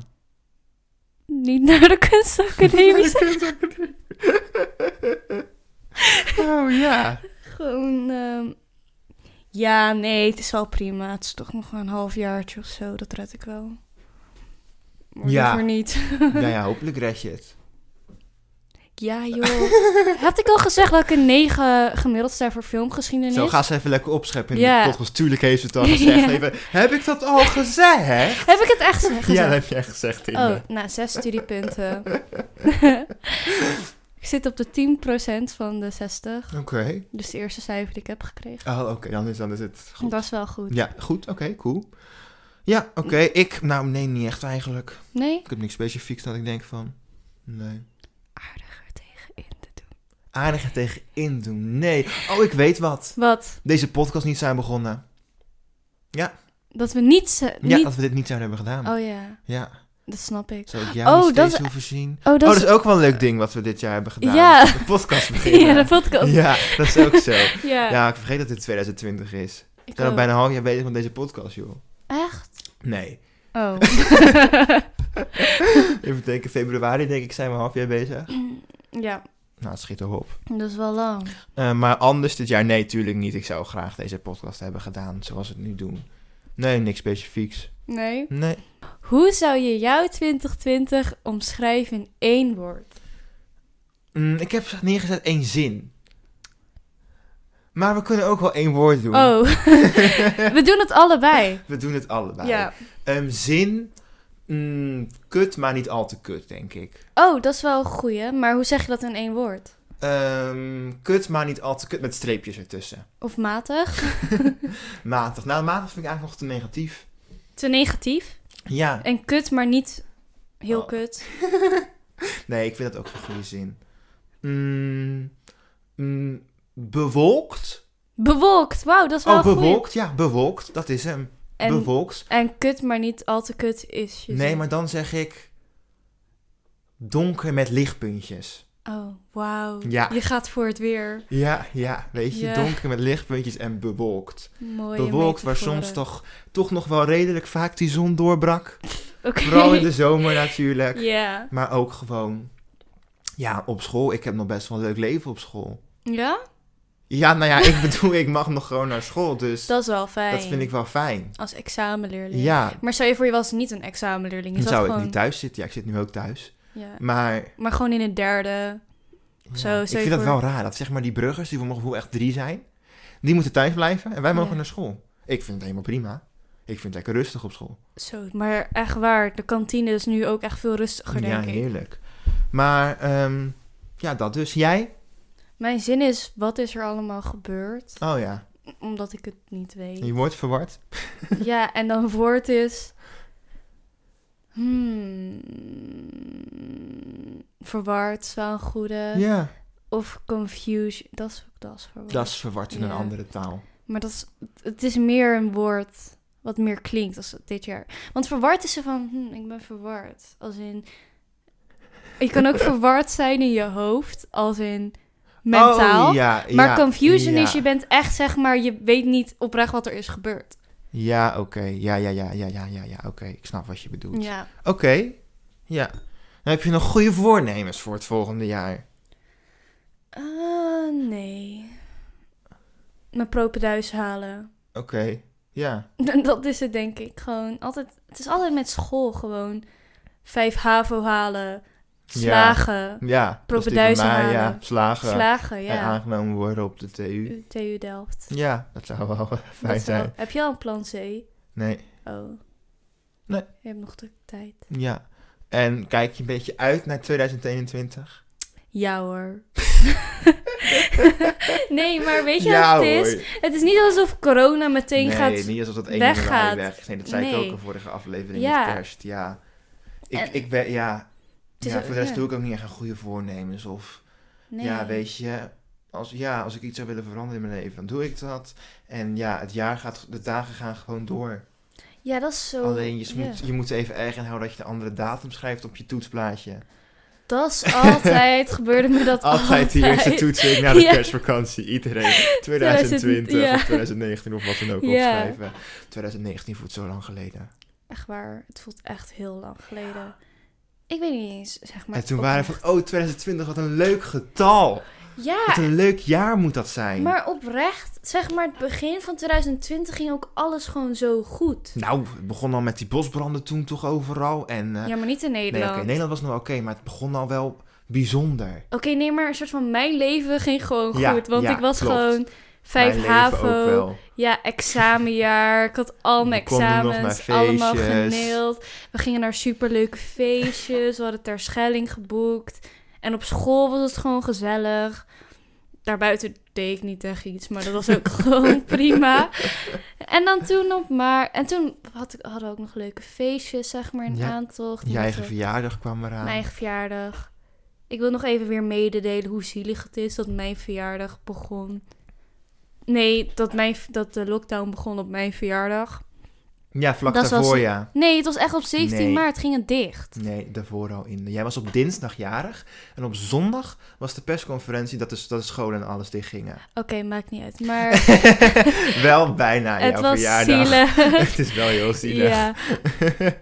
Niet naar de kunstacademie. Oh ja. Gewoon, ja, nee, het is wel prima. Het is toch nog een halfjaartje of zo. Dat red ik wel. Maar liever niet. Ja, hopelijk red je het. Ja, joh. Had ik al gezegd dat ik een 9 gemiddeld sta voor filmgeschiedenis? Zo, ga ze even lekker opscheppen in de podcast. Tuurlijk heeft ze het al gezegd. Even, heb ik dat al gezegd? Heb ik het echt gezegd? Ja, dat heb je echt gezegd. Oh, nou, 6 studiepunten. Ik zit op de 10% van de 60. Oké. Dus de eerste cijfer die ik heb gekregen. Oh, oké. Dan is het goed. Dat is wel goed. Ja, goed. Oké, cool. Ja, oké. Nee, niet echt eigenlijk. Nee? Ik heb niks specifieks dat ik denk van... Nee. Aardiger tegenin doen. Nee. Oh, ik weet wat. Wat? Deze podcast niet zijn begonnen. Ja. Dat we niet... dat we dit niet zouden hebben gedaan. Oh ja. Ja. Dat snap ik. Zou ik jou niet steeds hoeven zien? Dat is ook wel een leuk ding wat we dit jaar hebben gedaan. Ja. De podcast beginnen. Ja, de podcast. Ja, dat is ook zo. Ja, ik vergeet dat dit 2020 is. Ik ben al bijna een half jaar bezig met deze podcast, joh. Echt? Nee. Oh. Even denken, februari denk ik zijn we een half jaar bezig. Ja. Nou, het schiet erop. Dat is wel lang. Maar anders dit jaar, nee, tuurlijk niet. Ik zou graag deze podcast hebben gedaan zoals we het nu doen. Nee, niks specifieks. Nee? Nee. Hoe zou je jouw 2020 omschrijven in 1 woord? Ik heb neergezet 1 zin. Maar we kunnen ook wel 1 woord doen. Oh, we doen het allebei. We doen het allebei. Ja. Zin, kut, maar niet al te kut, denk ik. Oh, dat is wel een goeie. Maar hoe zeg je dat in 1 woord? Kut, maar niet al te kut, met streepjes ertussen. Of matig? Matig. Nou, matig vind ik eigenlijk nog te negatief. Te negatief? Ja. En kut, maar niet heel kut. Nee, ik vind dat ook een goede zin. Bewolkt. Bewolkt, wauw, dat is wel goed. Bewolkt, ja, bewolkt, dat is hem. Bewolkt. En kut, maar niet al te kut is je Nee, zin. maar dan zeg ik donker met lichtpuntjes. Oh, wauw. Ja. Je gaat voor het weer. Ja, weet je, donker met lichtpuntjes en bewolkt. Mooie bewolkt, waar metaforen. soms toch nog wel redelijk vaak die zon doorbrak. Okay. Vooral in de zomer natuurlijk. Ja. Maar ook gewoon, ja, op school. Ik heb nog best wel een leuk leven op school. Ja? Ja, nou ja, ik bedoel, ik mag nog gewoon naar school, dus Dat is wel fijn. dat vind ik wel fijn. Als examenleerling. Ja. Maar stel je voor, je was niet een examenleerling. Dan zou ik niet thuis zitten. Ja, ik zit nu ook thuis. Ja. Maar gewoon in het derde. Of zo. ik vind dat wel raar. Dat zeg maar die bruggers, die voor mijn gevoel echt 3 zijn, die moeten thuis blijven en wij mogen naar school. Ik vind het helemaal prima. Ik vind het lekker rustig op school. Zo, maar echt waar. De kantine is nu ook echt veel rustiger, denk ik. Ja, heerlijk. Maar, ja, dat dus. Jij? Mijn zin is, wat is er allemaal gebeurd? Oh ja. Omdat ik het niet weet. Je wordt verward? Ja, en dan woord is... verward is wel een goede. Ja. Of confusion. Dat is verward. Dat is verward in een andere taal. Maar het is meer een woord wat meer klinkt als dit jaar. Want verward is er van, ik ben verward. Als in... Je kan ook verward zijn in je hoofd, als in mentaal. Oh, ja, maar confusion is, je bent echt, zeg maar, je weet niet oprecht wat er is gebeurd. Ja, oké. Ja, oké. Ik snap wat je bedoelt. Ja. Oké. Ja. Dan heb je nog goede voornemens voor het volgende jaar? Nee. Mijn propenduis halen. Oké. Ja. Dat is het, denk ik. Gewoon altijd... Het is altijd met school gewoon 5 HAVO halen... Slagen. Ja. Propenduizen halen. Ja, slagen. Ja. En aangenomen worden op de TU Delft. Ja, dat zou wel fijn zijn. Heb je al een plan C? Nee. Oh. Nee. Je hebt nog de tijd. Ja. En kijk je een beetje uit naar 2021? Ja hoor. Nee, maar weet je ja, wat het is? Hoor. Het is niet alsof corona meteen gaat Nee, niet alsof het 1 weggaat. januari weg is. Nee, dat zei ik ook in de vorige aflevering met kerst. Ja. Ik ben, ja, voor de rest doe ik ook niet echt een goede voornemens. Of, ja, weet je, als ik iets zou willen veranderen in mijn leven, dan doe ik dat. En ja, de dagen gaan gewoon door. Ja, dat is zo... Alleen, je moet even erg inhouden dat je de andere datum schrijft op je toetsplaatje. Dat is altijd, gebeurde me dat altijd. Die eerste toetsweek na de kerstvakantie. Iedereen 2020 of 2019 of wat dan ook opschrijven. 2019 voelt zo lang geleden. Echt waar, het voelt echt heel lang geleden. Ik weet niet eens, zeg maar. En toen waren we van, 2020, wat een leuk getal. Ja. Wat een leuk jaar moet dat zijn. Maar oprecht, zeg maar, het begin van 2020 ging ook alles gewoon zo goed. Nou, het begon al met die bosbranden toen toch overal. En, ja, maar niet in Nederland. Nee, Nederland was nog oké, maar het begon al wel bijzonder. Oké, nee, maar een soort van mijn leven ging gewoon ja, goed. Want ik was klopt. gewoon 5 HAVO. Ja, examenjaar. Ik had al mijn examens allemaal geneeld. We gingen naar superleuke feestjes. We hadden Terschelling geboekt. En op school was het gewoon gezellig. Daarbuiten deed ik niet echt iets, maar dat was ook gewoon prima. En dan toen nog maar... En toen hadden we ook nog leuke feestjes, zeg maar, in aantocht. Je eigen verjaardag kwam eraan. Mijn eigen verjaardag. Ik wil nog even weer mededelen hoe zielig het is dat mijn verjaardag begon. Nee, dat de lockdown begon op mijn verjaardag. Ja, vlak daarvoor, ja. Nee, het was echt op 17 maart ging het dicht. Nee, daarvoor al in. Jij was op dinsdag jarig. En op zondag was de persconferentie dat de scholen en alles dicht gingen. Oké, maakt niet uit. Maar... wel bijna jouw verjaardag. Het was zielig. Het is wel heel zielig. Ja.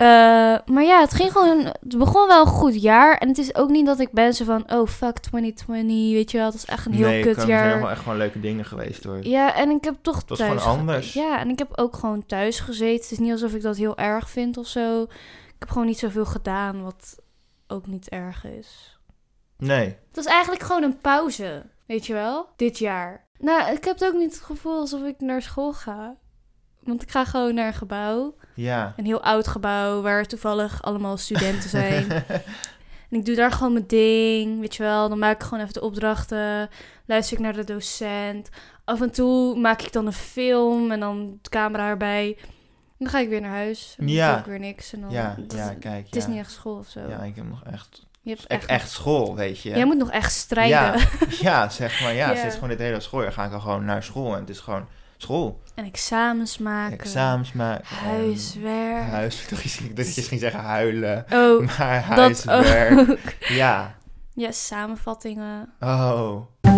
Maar ja, het begon wel een goed jaar. En het is ook niet dat ik ben zo van, oh fuck 2020, weet je wel. Het is echt een heel kut jaar. Er zijn nog wel echt gewoon leuke dingen geweest hoor. Ja, en ik heb toch het was gewoon anders. Ja, en ik heb ook gewoon thuis gezeten. Het is niet alsof ik dat heel erg vind of zo. Ik heb gewoon niet zoveel gedaan, wat ook niet erg is. Nee. Het was eigenlijk gewoon een pauze, weet je wel, dit jaar. Nou, ik heb ook niet het gevoel alsof ik naar school ga. Want ik ga gewoon naar een gebouw. Ja. Een heel oud gebouw waar toevallig allemaal studenten zijn. En ik doe daar gewoon mijn ding, weet je wel. Dan maak ik gewoon even de opdrachten. Luister ik naar de docent. Af en toe maak ik dan een film en dan de camera erbij. En dan ga ik weer naar huis. En dan doe ik weer niks. En dan, kijk. Het is niet echt school of zo. Ja, ik heb nog echt... Je hebt echt school, weet je. Jij moet nog echt strijden. Ja, zeg maar. Ja, het is gewoon dit hele schooljaar. Ga ik al gewoon naar school en het is gewoon school. En examens maken. Huiswerk. Dat je ging zeggen huilen. Oh, maar huiswerk. Dat ook. Ja. Ja, samenvattingen. Oh.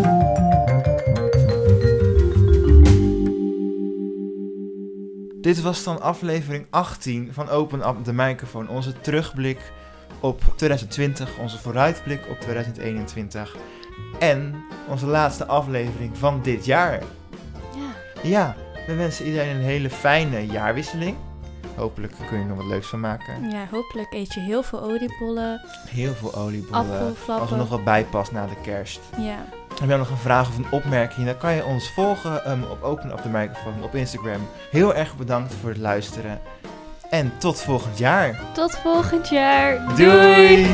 Dit was dan aflevering 18 van Open Up de Microfoon. Onze terugblik op 2020, onze vooruitblik op 2021 en onze laatste aflevering van dit jaar. Ja, we wensen iedereen een hele fijne jaarwisseling. Hopelijk kun je er nog wat leuks van maken. Ja, hopelijk eet je heel veel oliebollen. Heel veel oliebollen. Appelflappen. Als er nog wat bij past na de kerst. Ja. Heb je nog een vraag of een opmerking, dan kan je ons volgen op Open Up de Microfoon op Instagram. Heel erg bedankt voor het luisteren. En tot volgend jaar. Tot volgend jaar. Doei.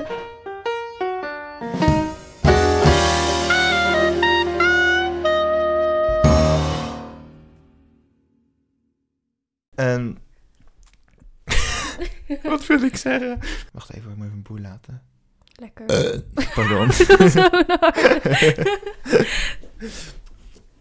Wat wil ik zeggen? Wacht even, ik moet even een boer laten. Lekker. Pardon. Zo